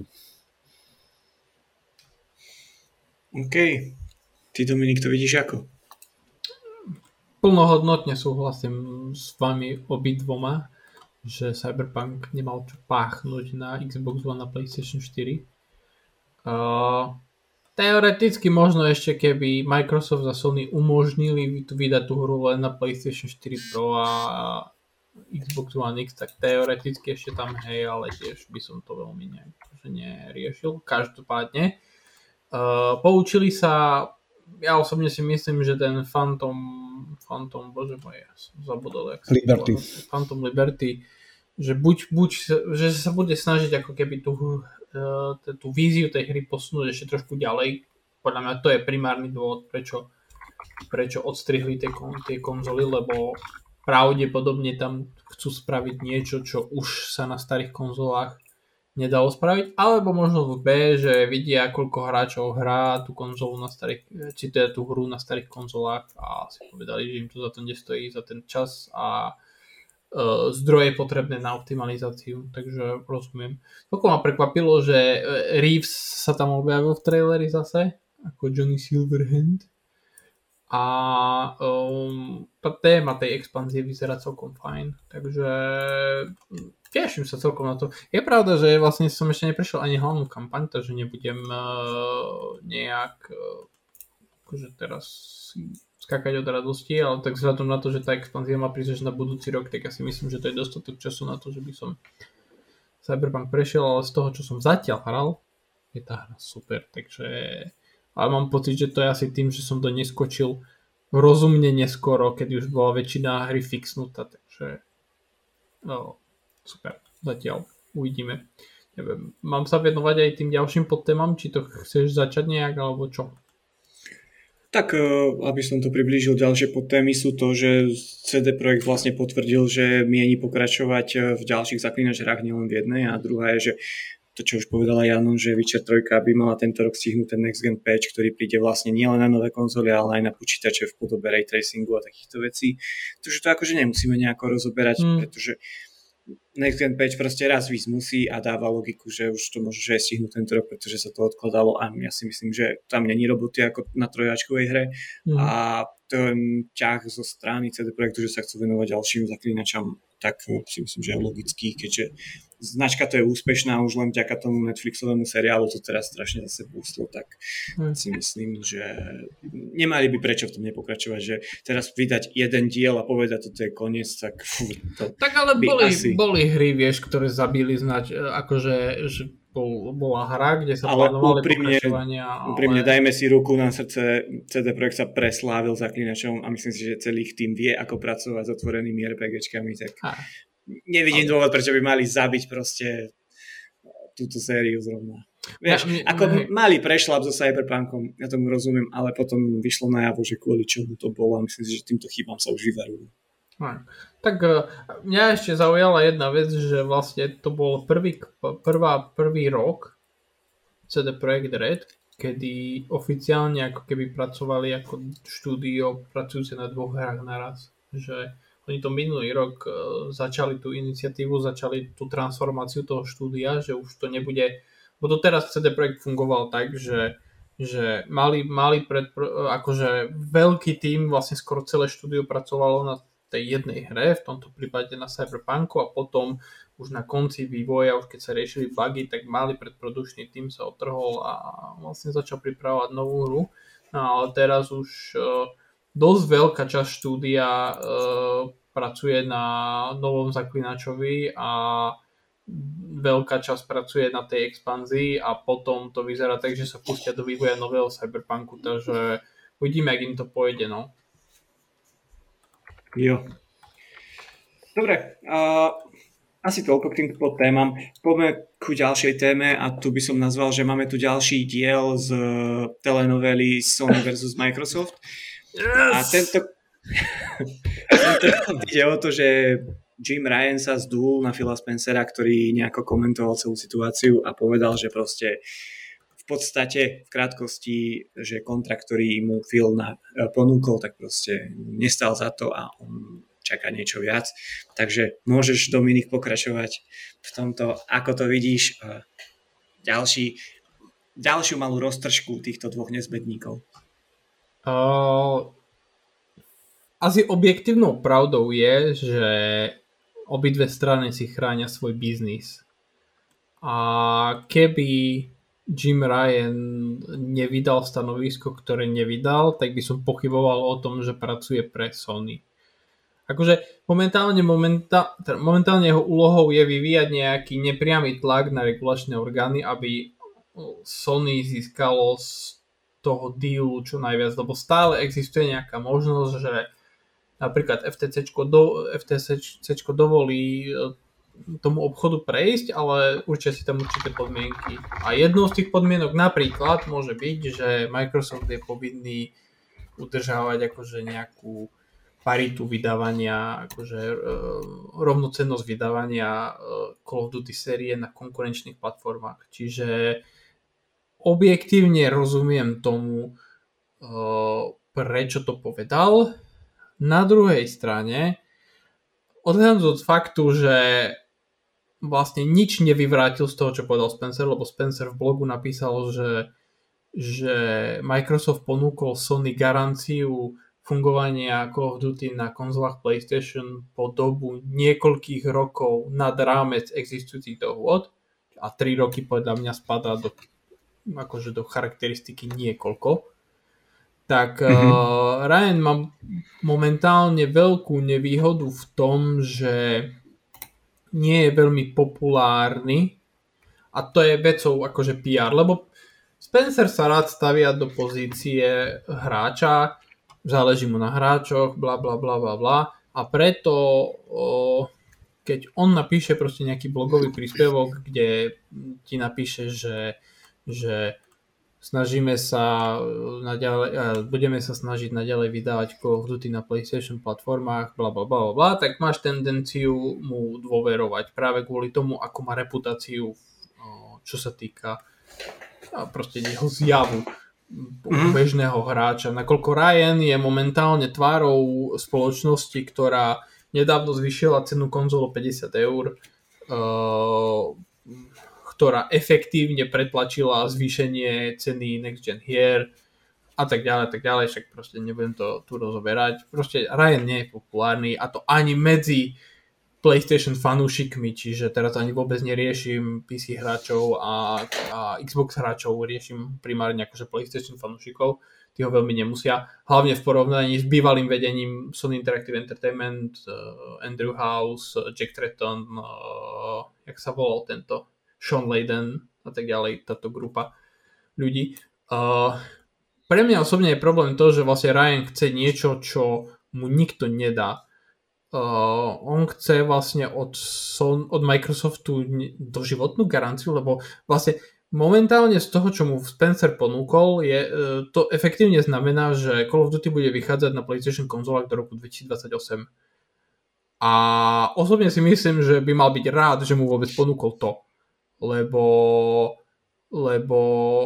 OK. Ty, Dominik, to vidíš ako? Plnohodnotne súhlasím s vami obidvoma, že Cyberpunk nemal čo páchnuť na Xbox One a PlayStation štyri. Uh, teoreticky možno ešte keby Microsoft a Sony umožnili vydať tú hru len na PlayStation štyri Pro a Xbox One X, tak teoreticky ešte tam hej, ale tiež by som to veľmi ne, neriešil. Každopádne uh, poučili sa. Ja osobne si myslím, že ten Phantom, Phantom, bože môj, ja som zabudol, jak Liberty. Sa Phantom Liberty, že buď, buď, že sa bude snažiť ako keby tú, uh, tú víziu tej hry posunúť ešte trošku ďalej. Podľa mňa to je primárny dôvod, prečo, prečo odstrihli tie, tie konzoly, lebo pravdepodobne tam chcú spraviť niečo, čo už sa na starých konzolách nedalo spraviť, alebo možno v B, že vidia, koľko hráčov hrá tú konzolu na starých, či teda tú hru na starých konzolách a si povedali, že im to za to nestojí, za ten čas a uh, zdroje potrebné na optimalizáciu, takže rozumiem. Toľko ma prekvapilo, že Reeves sa tam objavil v traileri zase, ako Johnny Silverhand. A um, tá téma tej expanzie vyzerá celkom fajn, takže teším sa celkom na to. Je pravda, že vlastne som ešte neprešiel ani hlavnú kampaň, takže nebudem uh, nejak uh, akože teraz skákať od radosti, ale tak vzhľadom na to, že tá expanzia má prísť na budúci rok, tak ja si myslím, že to je dostatok času na to, že by som Cyberpunk prešiel, ale z toho, čo som zatiaľ hral, je tá hra super, takže ale mám pocit, že to je asi tým, že som to neskočil rozumne neskoro, keď už bola väčšina hry fixnutá, takže no, super, zatiaľ uvidíme. Neviem, mám sa venovať aj tým ďalším podtémam, či to chceš začať nejak, alebo čo? Tak, aby som to priblížil, ďalšie podtémy sú to, že cé dé Projekt vlastne potvrdil, že mieni pokračovať v ďalších Zaklínač hrách, nielen v jednej, a druhá je, že to, čo už povedala Jano, že Witcher tri by mala tento rok stihnúť ten next gen patch, ktorý príde vlastne nielen na nové konzoly, ale aj na počítače v podobe ray tracingu a takýchto vecí. Takže to akože nemusíme nejako rozoberať, mm. pretože next gen patch proste raz výsť musí a dáva logiku, že už to môže aj stihnúť tento rok, pretože sa to odkladalo a ja si myslím, že tam není roboty ako na trojáčkovej hre mm. a ten ťah zo strany cé dé Projektu, že sa chcú venovať ďalším Zaklínačom, tak si myslím, že je logický, keďže značka to je úspešná už len vďaka tomu Netflixovému seriálu, to teraz strašne zase pústlo, tak hmm. si myslím, že nemali by prečo v tom nepokračovať, že teraz vydať jeden diel a povedať, toto je koniec, tak fú, to tak ale boli, asi... boli hry, vieš, ktoré zabili znač, akože že bol, bola hra, kde sa ale plánovali úprimne, pokračovania. Ale... úprimne dajme si ruku na srdce, cé dé Projekt sa preslávil Zaklínačom a myslím si, že celý tým vie, ako pracovať s otvorenými RPGčkami, tak ha. Nevidím ale... dôvod, prečo by mali zabiť proste túto sériu zrovna. Vieš, ja, ako ne... mali prešlap so Cyberpunkom, ja tomu rozumiem, ale potom vyšlo najavo, že kvôli čomu to bolo a myslím si, že týmto chybám sa už vyvarujú. No. Tak mňa ešte zaujala jedna vec, že vlastne to bol prvý, prvá, prvý rok cé dé Projekt Red, kedy oficiálne ako keby pracovali ako štúdio pracujúce na dvoch hrách naraz. Že oni to minulý rok začali tú iniciatívu, začali tú transformáciu toho štúdia, že už to nebude, bo doteraz cé dé Projekt fungoval tak, že, že mali, mali pred, akože veľký tím, vlastne skoro celé štúdio pracovalo na tej jednej hre, v tomto prípade na Cyberpunku a potom už na konci vývoja, už keď sa riešili bugy, tak mali predprodukčný tým sa otrhol a vlastne začal pripravovať novú hru. No ale teraz už uh, dosť veľká časť štúdia uh, pracuje na novom Zaklínačovi a veľká časť pracuje na tej expanzii a potom to vyzerá tak, že sa pustia do vývoja nového Cyberpunku, takže uvidíme, ak im to pôjde, no. Jo. Dobre, uh, asi toľko k týmto témam. Poďme ku ďalšej téme a tu by som nazval, že máme tu ďalší diel z telenovely Sony versus Microsoft. Yes! A tento, tento ide o to, že Jim Ryan sa zdul na Phila Spencera, ktorý nejako komentoval celú situáciu a povedal, že proste v podstate v krátkosti, že kontrakt, ktorý mu Phil na, ponúkol, tak proste nestal za to a on čaká niečo viac. Takže môžeš, Dominik, pokračovať v tomto, ako to vidíš, ďalší, ďalšiu malú roztržku týchto dvoch nezbedníkov. Uh, asi objektívnou pravdou je, že obidve strany si chránia svoj biznis. A keby Jim Ryan nevydal stanovisko, ktoré nevydal, tak by som pochyboval o tom, že pracuje pre Sony. Akože momentálne, momentá, momentálne jeho úlohou je vyvíjať nejaký nepriamy tlak na regulačné orgány, aby Sony získalo z toho dealu čo najviac, lebo stále existuje nejaká možnosť, že napríklad ef té céčko, do, ef té céčko dovolí tomu obchodu prejsť, ale určite si tam určité podmienky. A jednou z tých podmienok napríklad môže byť, že Microsoft je povinný udržávať akože nejakú paritu vydávania, akože uh, rovnocennosť vydávania uh, Call of Duty série na konkurenčných platformách. Čiže objektívne rozumiem tomu, uh, prečo to povedal. Na druhej strane, odhľadnúť od faktu, že vlastne nič nevyvrátil z toho, čo povedal Spencer, lebo Spencer v blogu napísal, že, že Microsoft ponúkol Sony garanciu fungovania Call of Duty na konzolách PlayStation po dobu niekoľkých rokov nad rámec existujúcich dohôd a tri roky podľa mňa spadá do, akože do charakteristiky niekoľko. Tak mm-hmm. uh, Ryan má momentálne veľkú nevýhodu v tom, že nie je veľmi populárny a to je vecou akože pé er, lebo Spencer sa rád stavia do pozície hráča, záleží mu na hráčoch, bla bla bla bla bla a preto o, keď on napíše proste nejaký blogový príspevok, kde ti napíše, že, že snažíme sa naďalej, budeme sa snažiť naďalej vydávať Call of Duty na PlayStation platformách, bla bla bla bla, tak máš tendenciu mu dôverovať práve kvôli tomu, ako má reputáciu, čo sa týka proste jeho zjavu mm. bežného hráča. Nakoľko Ryan je momentálne tvárou spoločnosti, ktorá nedávno zvýšila cenu konzolu päťdesiat eur, ktorá efektívne pretlačila zvýšenie ceny Next Gen hier a tak ďalej, tak ďalej, však proste nebudem to tu rozoberať. Proste Ryan nie je populárny a to ani medzi PlayStation fanúšikmi, čiže teraz ani vôbec neriešim pé cé hráčov a, a Xbox hráčov, riešim primárne akože PlayStation fanúšikov, tí ho veľmi nemusia, hlavne v porovnaní s bývalým vedením Sony Interactive Entertainment, uh, Andrew House, Jack Tretton, uh, jak sa volal tento Sean Layden a tak ďalej, táto grupa ľudí. Uh, pre mňa osobne je problém to, že vlastne Ryan chce niečo, čo mu nikto nedá. Uh, on chce vlastne od, Son, od Microsoftu doživotnú garanciu, lebo vlastne momentálne z toho, čo mu Spencer ponúkol, je, uh, to efektívne znamená, že Call of Duty bude vychádzať na PlayStation konzolách do roku dvetisícdvadsaťosem. A osobne si myslím, že by mal byť rád, že mu vôbec ponúkol to. Lebo, lebo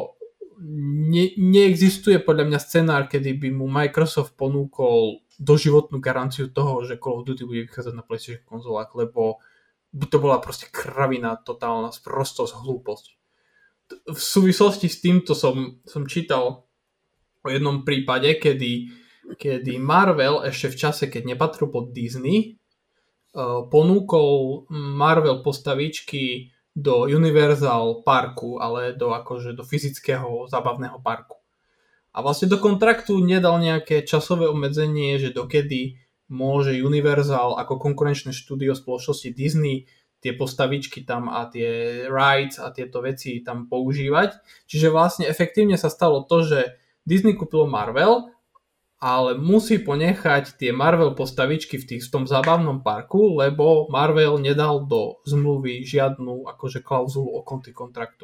ne, neexistuje podľa mňa scenár, kedy by mu Microsoft ponúkol doživotnú garanciu toho, že Call of Duty bude vychádzať na PlayStation konzolách, lebo by to bola proste kravina, totálna sprostosť, hlúposť. V súvislosti s týmto som, som čítal o jednom prípade, kedy, kedy Marvel ešte v čase, keď nepatril pod Disney, uh, ponúkol Marvel postavičky do Universal Parku, ale do, akože, do fyzického zábavného parku. A vlastne do kontraktu nedal nejaké časové obmedzenie, že dokedy môže Universal ako konkurenčné štúdio spoločnosti Disney tie postavičky tam a tie rides a tieto veci tam používať. Čiže vlastne efektívne sa stalo to, že Disney kúpilo Marvel, ale musí ponechať tie Marvel postavičky v, tých, v tom zábavnom parku, lebo Marvel nedal do zmluvy žiadnu akože klauzulu o konti kontraktu.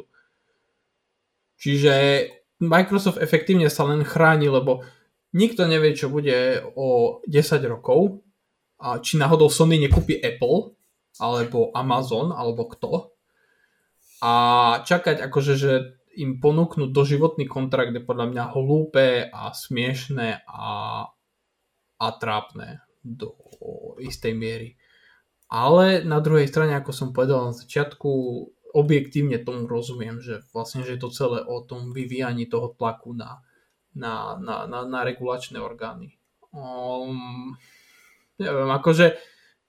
Čiže Microsoft efektívne sa len chráni, lebo nikto nevie, čo bude o desať rokov, a či náhodou Sony nekúpi Apple, alebo Amazon, alebo kto. A čakať akože, že im ponúknú doživotný kontrakt je podľa mňa hlúpe a smiešné a, a trápne do istej miery. Ale na druhej strane, ako som povedal na začiatku, objektívne tomu rozumiem, že vlastne že je to celé o tom vyvíjaní toho tlaku na, na, na, na, na regulačné orgány. Um, neviem, akože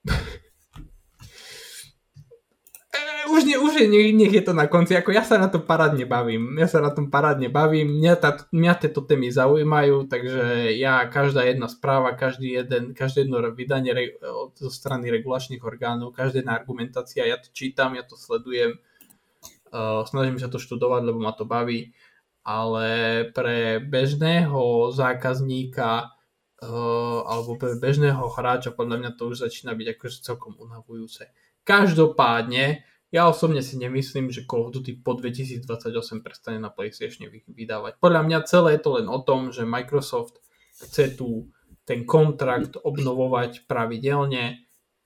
Už, nie, už je, nech, nech je to na konci, ako ja sa na to parádne bavím, ja sa na tom parádne bavím, mňa, tá, mňa tieto témy zaujímajú, takže ja každá jedna správa, každý jeden, každé jedno vydanie re, zo strany regulačných orgánov, každá jedna argumentácia, ja to čítam, ja to sledujem, uh, snažím sa to študovať, lebo ma to baví, ale pre bežného zákazníka uh, alebo pre bežného hráča podľa mňa to už začína byť akože celkom unavujúce. Každopádne ja osobne si nemyslím, že Call of Duty po dvetisícdvadsaťosem prestane na PlayStation vydávať. Podľa mňa celé je to len o tom, že Microsoft chce tú ten kontrakt obnovovať pravidelne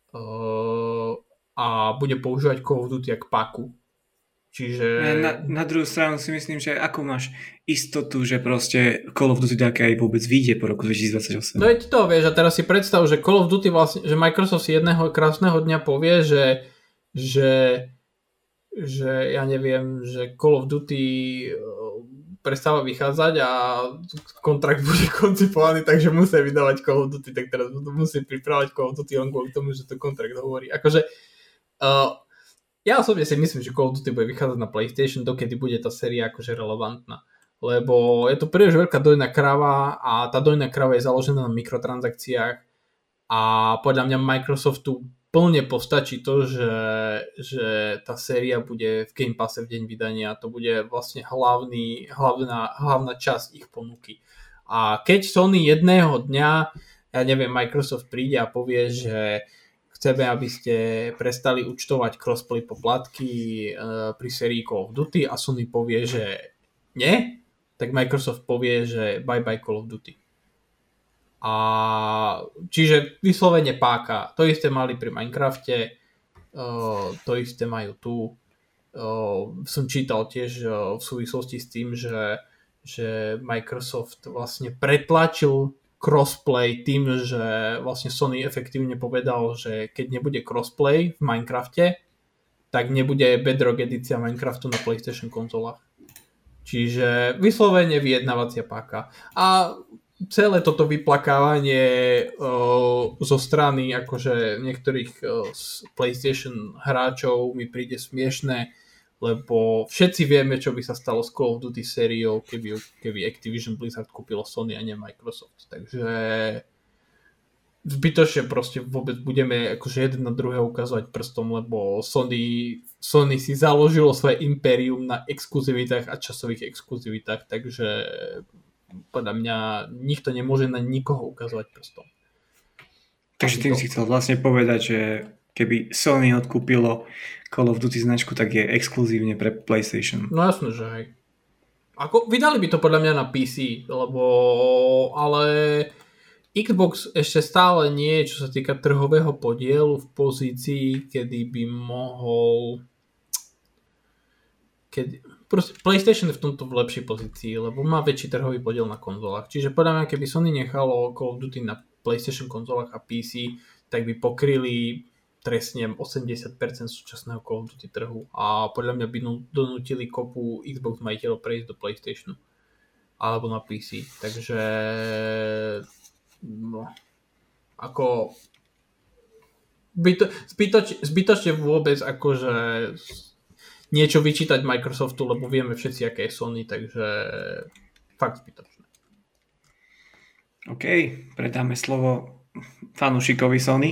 uh, a bude používať Call of Duty jak paku. Čiže... Na, na druhú stranu si myslím, že ako máš istotu, že proste Call of Duty také aj vôbec vyjde po roku dvetisícdvadsaťosem. No je to, vieš, a teraz si predstav, že Call of Duty vlastne, že Microsoft si jedného krásneho dňa povie, že, že, že ja neviem, že Call of Duty prestáva vychádzať a kontrakt bude koncipovaný, takže musia vydávať Call of Duty, tak teraz musí pripravať Call of Duty len kvôli tomu, že to kontrakt hovorí. Akože uh, ja osobne si myslím, že Call of Duty bude vychádzať na PlayStation, dokedy bude tá séria akože relevantná. Lebo je to príliš veľká dojná krava a tá dojná krava je založená na mikrotransakciách a podľa mňa Microsoftu plne postačí to, že, že tá séria bude v Game Passe v deň vydania. To bude vlastne hlavný, hlavná, hlavná časť ich ponuky. A keď Sony jedného dňa, ja neviem, Microsoft príde a povie, že chceme, aby ste prestali účtovať crossplay poplatky uh, pri sérii Call of Duty a Sony povie, že nie, tak Microsoft povie, že bye bye Call of Duty. A čiže vyslovene páka. To isté mali pri Minecrafte, uh, to isté majú tu. Uh, som čítal tiež uh, v súvislosti s tým, že, že Microsoft vlastne pretlačil crossplay tým, že vlastne Sony efektívne povedal, že keď nebude crossplay v Minecrafte, tak nebude Bedrock edícia Minecraftu na PlayStation konzolách. Čiže vyslovene vyjednávacia páka. A celé toto vyplakávanie uh, zo strany akože niektorých uh, PlayStation hráčov mi príde smiešné, lebo všetci vieme, čo by sa stalo s Call of Duty sériou, keby, keby Activision Blizzard kúpilo Sony a nie Microsoft. Takže zbytočne proste vôbec budeme akože jeden na druhého ukazovať prstom, lebo Sony, Sony si založilo svoje impérium na exkluzivitách a časových exkluzivitách, takže podľa mňa nikto nemôže na nikoho ukazovať prstom. Takže tým si chcel vlastne povedať, že keby Sony odkúpilo Call of Duty značku, tak je exkluzívne pre PlayStation. No jasné, že hej. Ako, vydali by to podľa mňa na pé cé, lebo ale Xbox ešte stále nie je, čo sa týka trhového podielu v pozícii, kedy by mohol keď proste PlayStation je v tomto v lepšej pozícii, lebo má väčší trhový podiel na konzolách. Čiže podľa mňa, keby Sony nechalo Call of Duty na PlayStation konzolách a pé cé, tak by pokryli trestne osemdesiat percent súčasného Call of Duty trhu a podľa mňa by donútili kopu Xbox majiteľov prejsť do PlayStationu alebo na pé cé. Takže no, ako zbyto, zbytoč, zbytočne vôbec akože niečo vyčítať Microsoftu, lebo vieme všetci, aké je Sony, takže fakt zbytočné. OK, predáme slovo fanúšikovi Sony.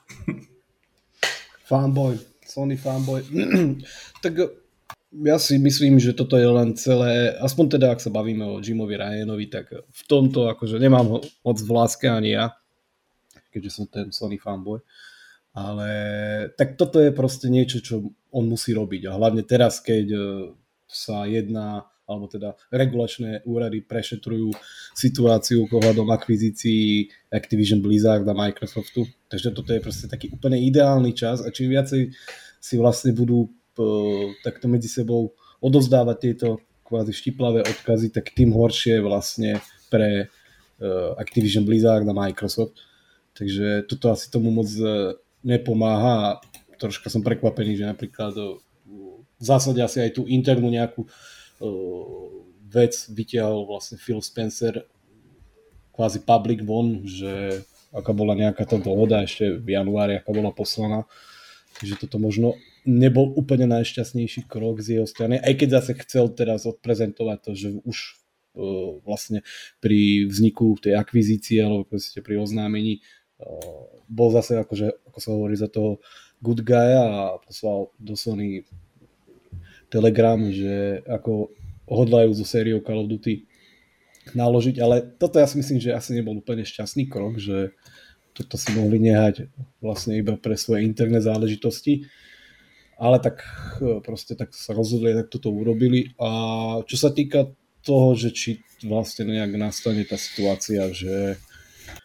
Fanboy, Sony fanboy. Tak ja si myslím, že toto je len celé, aspoň teda, ak sa bavíme o Jimovi Ryanovi, tak v tomto akože nemám ho moc v láske ani ja, keďže som ten Sony fanboy. Ale tak toto je proste niečo, čo on musí robiť. A hlavne teraz, keď sa jedná, alebo teda regulačné úrady prešetrujú situáciu ohľadom akvizícií Activision Blizzard a Microsoftu. Takže toto je proste taký úplne ideálny čas a čím viacej si vlastne budú uh, takto medzi sebou odovzdávať tieto kvázi štiplavé odkazy, tak tým horšie vlastne pre uh, Activision Blizzard a Microsoft. Takže toto asi tomu moc uh, nepomáha a troška som prekvapený, že napríklad uh, v zásade asi aj tú internú nejakú vec vytiahol vlastne Phil Spencer kvázi public von, že aká bola nejaká tá dohoda ešte v januári, aká bola poslaná. Takže toto možno nebol úplne najšťastnejší krok z jeho strany, aj keď zase chcel teraz odprezentovať to, že už uh, vlastne pri vzniku tej akvizície alebo pri oznámení uh, bol zase akože, ako sa hovorí, za toho good guy a poslal do Sony Telegram, že ako hodlajú zo sériou Call of Duty naložiť, ale toto ja si myslím, že asi nebol úplne šťastný krok, že toto si mohli nehať vlastne iba pre svoje interné záležitosti, ale tak proste tak sa rozhodli, tak toto urobili. A čo sa týka toho, že či vlastne nejak nastane tá situácia, že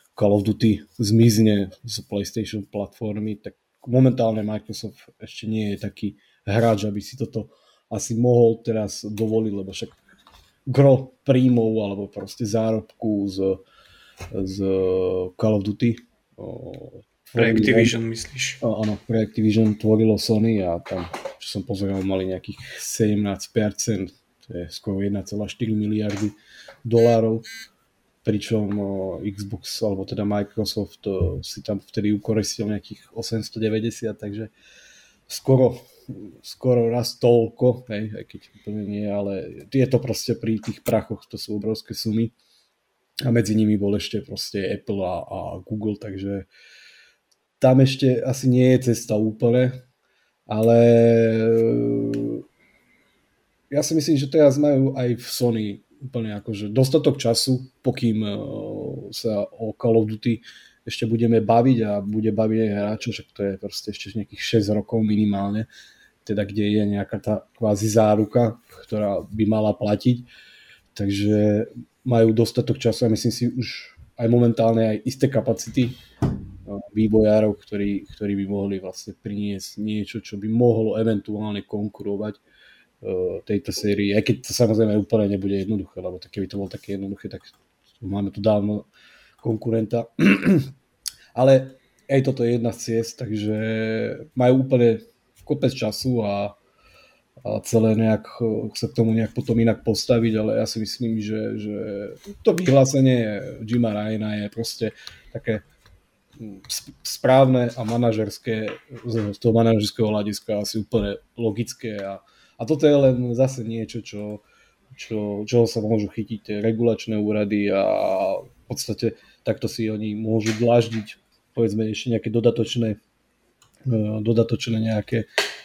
Call of Duty zmizne z PlayStation platformy, tak momentálne Microsoft ešte nie je taký hráč, aby si toto asi mohol teraz dovoliť, lebo však gro príjmov alebo proste zárobku z, z Call of Duty. Pre Activision myslíš? Áno, pre Activision tvorilo Sony a tam, čo som pozeral, mali nejakých sedemnásť percent, to je skoro jeden celá štyri miliardy dolárov, pričom Xbox alebo teda Microsoft si tam vtedy ukoristil nejakých osemstodeväťdesiat, takže skoro, skoro raz toľko, hej, aj keď úplne nie, ale je to proste pri tých prachoch, to sú obrovské sumy a medzi nimi bol ešte proste Apple a, a Google, takže tam ešte asi nie je cesta úplne, ale ja si myslím, že teraz majú aj v Sony úplne akože dostatok času, pokým sa o Call of Duty ešte budeme baviť a bude baviť aj hráčov, však to je proste ešte nejakých šesť rokov minimálne, teda kde je nejaká tá kvázi záruka, ktorá by mala platiť, takže majú dostatok času a myslím si už aj momentálne aj isté kapacity vývojárov, ktorí, ktorí by mohli vlastne priniesť niečo, čo by mohlo eventuálne konkurovať uh, tejto sérii, aj keď to samozrejme úplne nebude jednoduché, lebo keby to bolo také jednoduché, tak máme tu dávno konkurenta. Ale aj toto je jedna z ciest, takže majú úplne kopec času a, a celé nejak sa k tomu nejak potom inak postaviť, ale ja si myslím, že, že to vyhlásenie Jima Ryana je proste také správne a manažerské, z toho manažerského hľadiska asi úplne logické a, a toto je len zase niečo, čo, čo, čoho sa môžu chytiť tie regulačné úrady a v podstate takto si oni môžu dláždiť povedzme ešte nejaké dodatočné dodatočné nejaké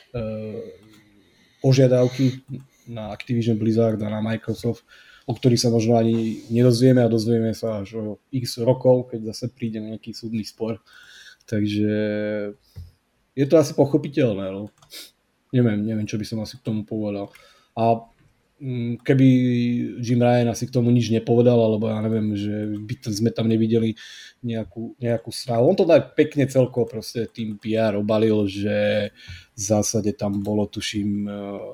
požiadavky na Activision Blizzard a na Microsoft, o ktorých sa možno ani nedozvieme a dozvieme sa až o x rokov, keď zase príde nejaký súdny spor. Takže je to asi pochopiteľné. No. Neviem, neviem, čo by som asi k tomu povedal. A keby Jim Ryan asi k tomu nič nepovedal, alebo ja neviem, že by sme tam nevideli nejakú, nejakú snahu. On to tak pekne celkovo proste tým pé er obalil, že v zásade tam bolo, tuším,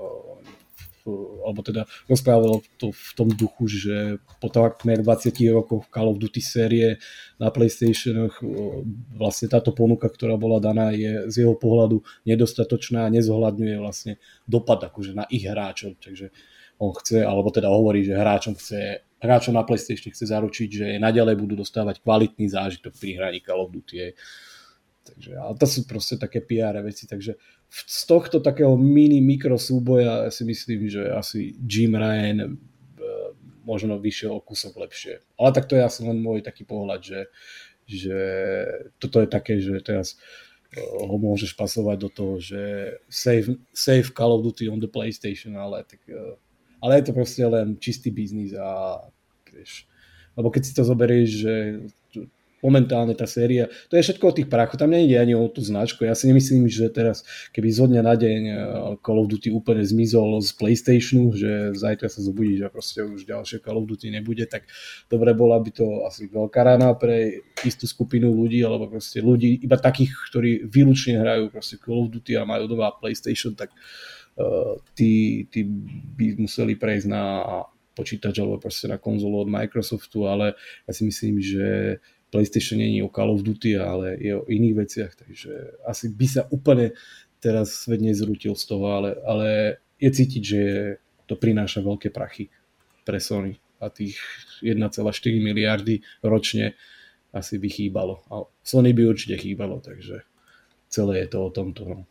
alebo teda rozprávalo to v tom duchu, že po takmer dvadsiatich rokoch Call of Duty série na PlayStationoch vlastne táto ponuka, ktorá bola daná, je z jeho pohľadu nedostatočná a nezohľadňuje vlastne dopad akože na ich hráčov, takže on chce, alebo teda hovorí, že hráčom chce, hráčom na PlayStation chce zaručiť, že naďalej budú dostávať kvalitný zážitok pri hraní Call of Duty. Takže, ale to sú proste také pé er veci, takže z tohto takého mini mikro súboja ja si myslím, že asi Jim Ryan možno vyšiel o kúsok lepšie. Ale tak to je asi len môj taký pohľad, že, že toto je také, že teraz ho môžeš pasovať do toho, že save, save Call of Duty on the PlayStation, ale, tak, ale je to proste len čistý biznis a vieš, lebo keď si to zoberieš, že momentálne tá séria, to je všetko o tých prachoch, tam nejde ani o tú značku. Ja si nemyslím, že teraz, keby zo dňa na deň Call of Duty úplne zmizol z PlayStationu, že zajtra sa zobudí, že proste už ďalšie Call of Duty nebude, tak dobre bola by to asi veľká rána pre istú skupinu ľudí, alebo proste ľudí, iba takých, ktorí výlučne hrajú proste Call of Duty a majú doma PlayStation, tak uh, tí, tí by museli prejsť na počítač alebo proste na konzolu od Microsoftu, ale ja si myslím, že PlayStation nie je o Call of Duty, ale je o iných veciach, takže asi by sa úplne teraz svet nezrútil z toho, ale, ale je cítiť, že to prináša veľké prachy pre Sony a tých jeden celá štyri miliardy ročne asi by chýbalo. A Sony by určite chýbalo, takže celé je to o tomto. No.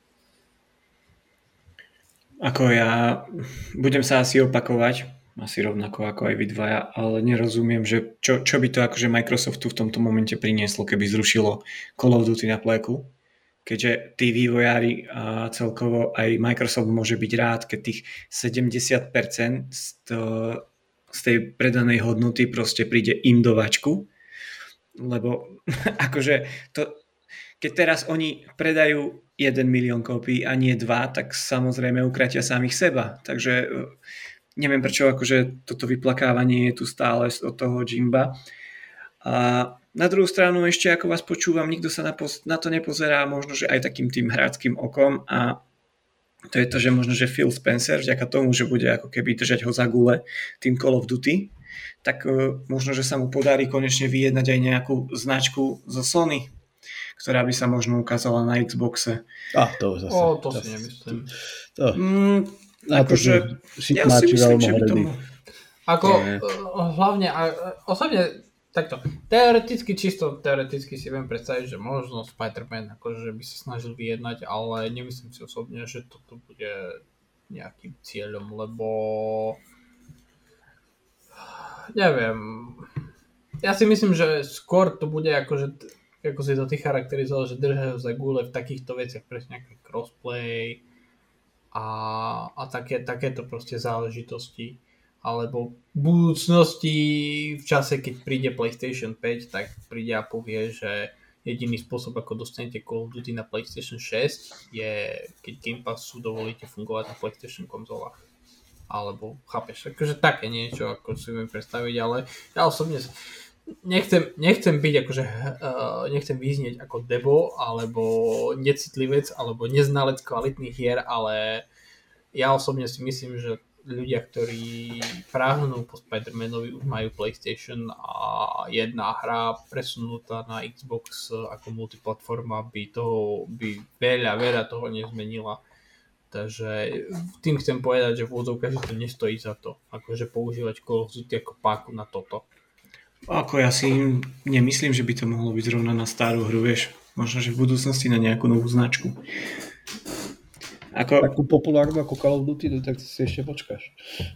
Ako ja budem sa asi opakovať, asi rovnako ako aj vy dvaja, ale nerozumiem, že čo, čo by to akože Microsoftu v tomto momente prinieslo, keby zrušilo Call of Duty na pleku. Keďže tí vývojári a celkovo aj Microsoft môže byť rád, keď tých sedemdesiat percent z, to, z tej predanej hodnoty proste príde im do vačku. Lebo akože to, keď teraz oni predajú jeden milión kópií a nie dva, tak samozrejme ukratia samých seba. Takže neviem, prečo akože toto vyplakávanie je tu stále od toho Jimba. A Na druhú stranu ešte, ako vás počúvam, nikto sa na, poz- na to nepozerá možno, že aj takým tým hráckým okom a to je to, že možno, že Phil Spencer, vďaka tomu, že bude ako keby držať ho za gule tým Call of Duty, tak uh, možno, že sa mu podarí konečne vyjednať aj nejakú značku zo Sony, ktorá by sa možno ukázala na Xboxe. Ah, to zase. O, to si nemyslím. To, Mm, na to, akože, že ja si myslím, že by to... Ako, Nie. uh, hlavne, a, osobne, takto, teoreticky, čisto teoreticky si viem predstaviť, že možno Spider-Man akože by sa snažil vyjednať, ale nemyslím si osobne, že toto bude nejakým cieľom, lebo neviem, ja si myslím, že skôr to bude akože, ako si to ty charakterizoval, že držajú za gule v takýchto veciach, presne nejaký crossplay a, a také, takéto proste záležitosti. Alebo v budúcnosti, v čase, keď príde PlayStation päť, tak príde a povie, že jediný spôsob, ako dostanete Call of Duty na PlayStation šesť, je, keď Game Passu dovolíte fungovať na PlayStation konzolách. Alebo, chápeš, akože také niečo, ako si viem predstaviť, ale ja osobne nechcem, nechcem byť, akože, uh, nechcem vyznieť ako debo, alebo necitlivec, alebo neznalec kvalitných hier, ale ja osobne si myslím, že ľudia, ktorí práhnú po Spider-Manovi, už majú PlayStation a jedna hra presunutá na Xbox ako multiplatforma by toho, by veľa, veľa toho nezmenila. Takže tým chcem povedať, že v úvodzovkách, že to nestojí za to, akože používať Call of Duty ako páku na toto. Ako ja si nemyslím, že by to mohlo byť zrovna na starú hru, vieš. Možno, že v budúcnosti na nejakú novú značku. Ako... Takú populárnu ako Call of Duty, tak si ešte počkáš.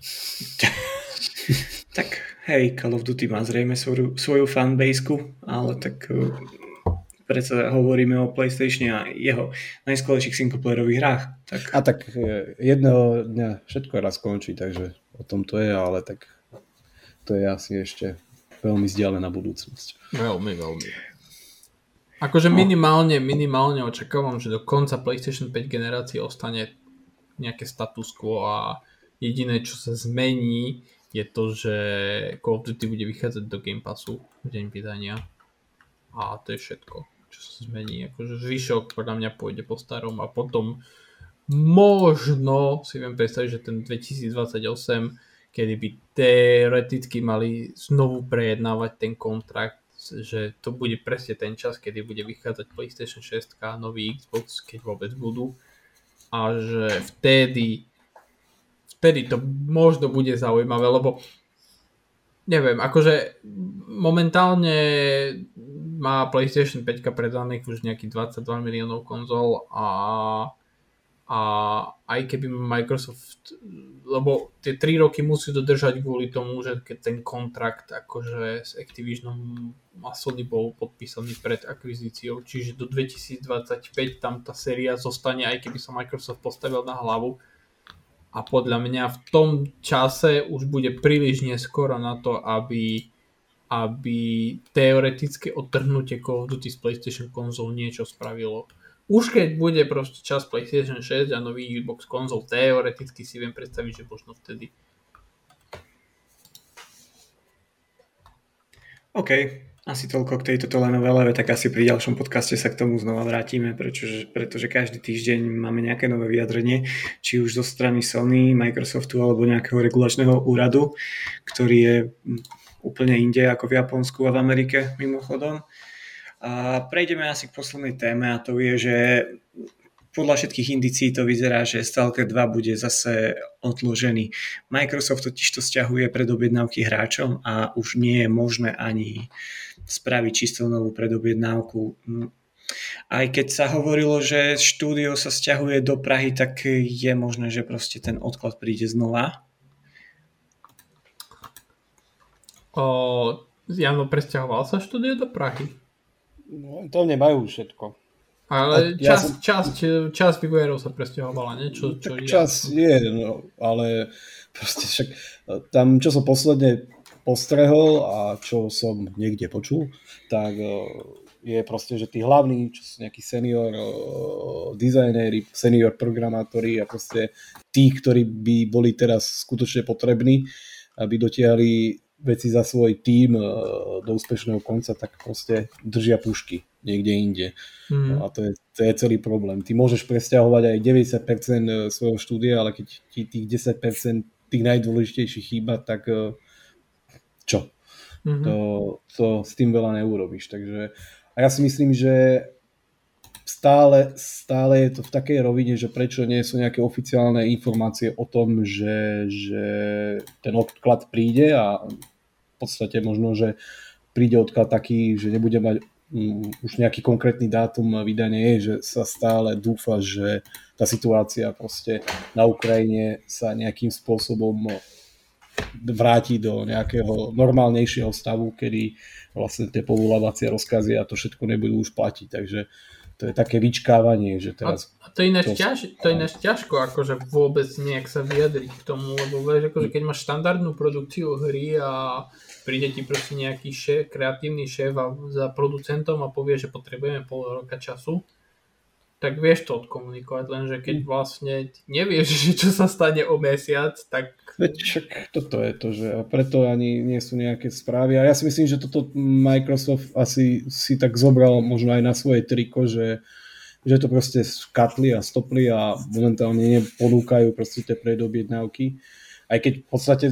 Tak hej, Call of Duty má zrejme svoju, svoju fanbaseku, ale tak uh, predsa hovoríme o PlayStatione a jeho najskvelejších singleplayerových hrách. Tak... A tak jedného dňa všetko raz končí, takže o tom to je, ale tak to je asi ešte veľmi vzdialená budúcnosť. Veľmi, veľmi. Akože minimálne, minimálne očakávam, že do konca PlayStation päť generácie ostane nejaké status quo a jediné, čo sa zmení, je to, že Call of Duty bude vychádzať do Game Passu v deň vydania. A to je všetko, čo sa zmení. Akože zvyšok podľa mňa pôjde po starom a potom možno si viem predstaviť, že ten dvetisícdvadsaťosem, kedy by teoreticky mali znovu prejednávať ten kontrakt, že to bude presne ten čas, kedy bude vychádzať PlayStation šesť, nový Xbox, keď vôbec budú. A že vtedy vtedy to možno bude zaujímavé, lebo neviem, akože momentálne má PlayStation päť predaných už nejakých dvadsaťdva miliónov konzol a a aj keby Microsoft, lebo tie tri roky musí dodržať kvôli tomu, že keď ten kontrakt akože s Activisionom a Sony bol podpísaný pred akvizíciou, čiže do dvetisícdvadsaťpäť tam tá séria zostane, aj keby sa Microsoft postavil na hlavu. A podľa mňa v tom čase už bude príliš neskoro na to, aby, aby teoretické odtrhnutie Call of Duty z PlayStation konzol niečo spravilo. Už keď bude proste čas PlayStation šesť a nový Xbox konzol, teoreticky si viem predstaviť, že možno vtedy. OK, asi toľko k tejto telenovele, tak asi pri ďalšom podcaste sa k tomu znova vrátime, pretože, pretože každý týždeň máme nejaké nové vyjadrenie, či už zo strany Sony, Microsoftu alebo nejakého regulačného úradu, ktorý je úplne inde ako v Japonsku a v Amerike mimochodom. A prejdeme asi k poslednej téme a to je, že podľa všetkých indicií to vyzerá, že Stalker dva bude zase odložený. Microsoft totiž to sťahuje predobjednávky hráčom a už nie je možné ani spraviť čisto novú predobjednávku. Aj keď sa hovorilo, že štúdio sa sťahuje do Prahy, tak je možné, že proste ten odklad príde znova. O, Jano, presťahoval sa štúdio do Prahy? No, to nemajú všetko. Ale ja časť, som... časť, časť vývojárov sa presťahovala, nie? Čo, čo tak čas je, no, ale proste však tam, čo som posledne postrehol a čo som niekde počul, tak je proste, že tí hlavní, čo sú nejakí senior dizajnéri, senior programátori a proste tí, ktorí by boli teraz skutočne potrební, aby dotiahli veci za svoj tím do úspešného konca, tak proste držia pušky niekde inde. Mm. A to je, to je celý problém. Ty môžeš presťahovať aj deväťdesiat percent svojho štúdia, ale keď ti tých desať percent tých najdôležitejších chýba, tak čo? Mm-hmm. To, to s tým veľa neurobíš. Takže, a ja si myslím, že Stále, stále je to v takej rovine, že prečo nie sú nejaké oficiálne informácie o tom, že, že ten odklad príde a v podstate možno, že príde odklad taký, že nebude mať um, už nejaký konkrétny dátum vydania, že sa stále dúfa, že tá situácia proste na Ukrajine sa nejakým spôsobom vráti do nejakého normálnejšieho stavu, kedy vlastne tie povolávacie rozkazy a to všetko nebudú už platiť. Takže to je také vyčkávanie, že teraz... A to je ináč, to... ťaž, to je ináč ťažko, akože vôbec nejak sa vyjadriť k tomu, lebo vieš, akože keď máš štandardnú produkciu hry a príde ti proste nejaký šéf, kreatívny šéf a za producentom a povie, že potrebujeme pol roka času, tak vieš to odkomunikovať, lenže keď vlastne nevieš, že čo sa stane o mesiac, tak... Veď však toto je to, že a preto ani nie sú nejaké správy. A ja si myslím, že toto Microsoft asi si tak zobral možno aj na svoje triko, že, že to proste skatli a stopli a momentálne neponúkajú proste tie predobjednávky. Aj keď v podstate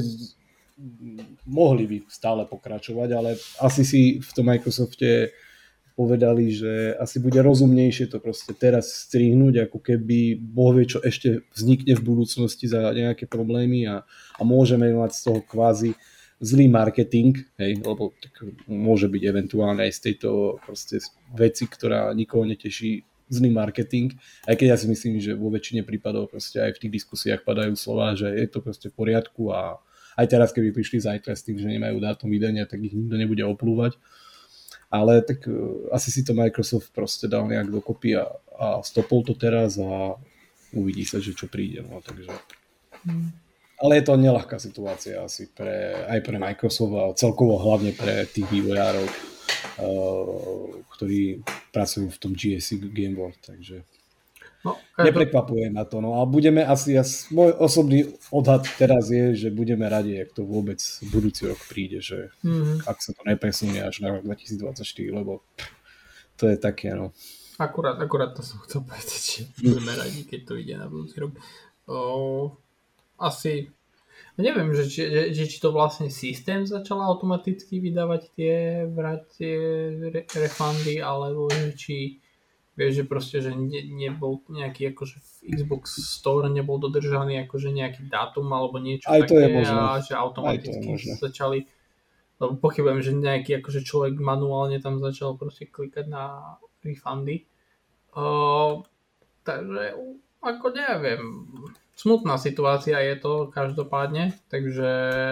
mohli by stále pokračovať, ale asi si v tom Microsofte povedali, že asi bude rozumnejšie to proste teraz strihnúť, ako keby Boh vie, čo ešte vznikne v budúcnosti za nejaké problémy a, a môžeme mať z toho kvázi zlý marketing, hej, lebo tak môže byť eventuálne aj z tejto proste veci, ktorá nikoho neteší, zlý marketing, aj keď ja si myslím, že vo väčšine prípadov proste aj v tých diskusiách padajú slová, že je to proste v poriadku a aj teraz, keby prišli zajtra s tým, že nemajú dátum vydania, tak ich nikto nebude oplúvať. Ale tak uh, asi si to Microsoft proste dal nejak dokopy a, a stopol to teraz a uvidí sa, že čo príde. No, takže. Hmm. Ale je to neľahká situácia asi pre, aj pre Microsoft a celkovo hlavne pre tých vývojárov, uh, ktorí pracujú v tom G S C Game World. Takže no, neprekvapuje ma to. No a budeme asi, as, môj osobný odhad teraz je, že budeme radi, ak to vôbec budúci rok príde, že mm-hmm. ak sa to nepresunie až na rok dvetisícdvadsaťštyri, lebo to je také, no. Akurát, akurát to som chcel povedať, že budeme radi, keď to ide na budúci rok. O, asi, neviem, že, či, že, či to vlastne systém začal automaticky vydávať tie, tie re, refundy, alebo či vieš, že proste, že ne, nebol nejaký akože v Xbox Store nebol dodržaný akože nejaký dátum alebo niečo aj to také je možné. A že automaticky začali, lebo pochybujem, že nejaký akože človek manuálne tam začal proste klikať na refundy. Uh, takže ako neviem, smutná situácia je to každopádne, takže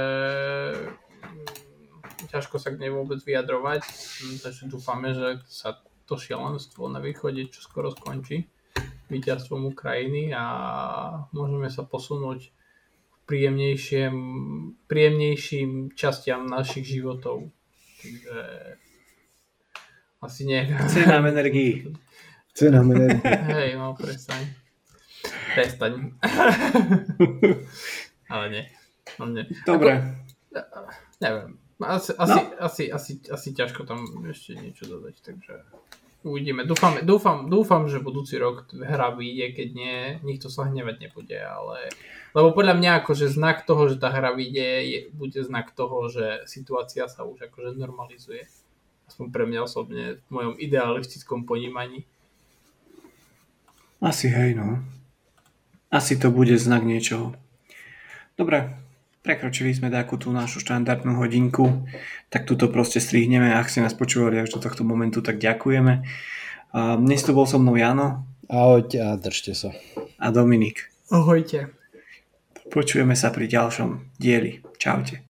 ťažko sa k nej vôbec vyjadrovať, takže dúfame, že sa to šialenstvo na východe čo skoro skončí víťazstvom Ukrajiny a môžeme sa posunúť k príjemnejším, príjemnejším častiam našich životov. Takže asi nie. Cenám energii. Cenám energii. Hej, no prestaň. Prestaň. Ale nie. No, nie. Dobre. Ako, neviem. Asi, asi, no. asi, asi, asi ťažko tam ešte niečo dodať, takže uvidíme. Dúfam, dúfam, dúfam, že budúci rok hra vyjde, keď nie, nikto sa hnevať nebude, ale lebo podľa mňa akože znak toho, že tá hra vyjde, je, bude znak toho, že situácia sa už akože normalizuje. Aspoň pre mňa osobne v mojom idealistickom ponímaní. Asi hej, no. Asi to bude znak niečoho. Dobre. Prekročili sme takú tú našu štandardnú hodinku, tak túto proste strihneme. Ak ste nás počúvali až do tohto momentu, tak ďakujeme. A dnes to bol so mnou Jano. Ahojte a držte sa. A Dominik. Ahojte. Počujeme sa pri ďalšom dieli. Čaute.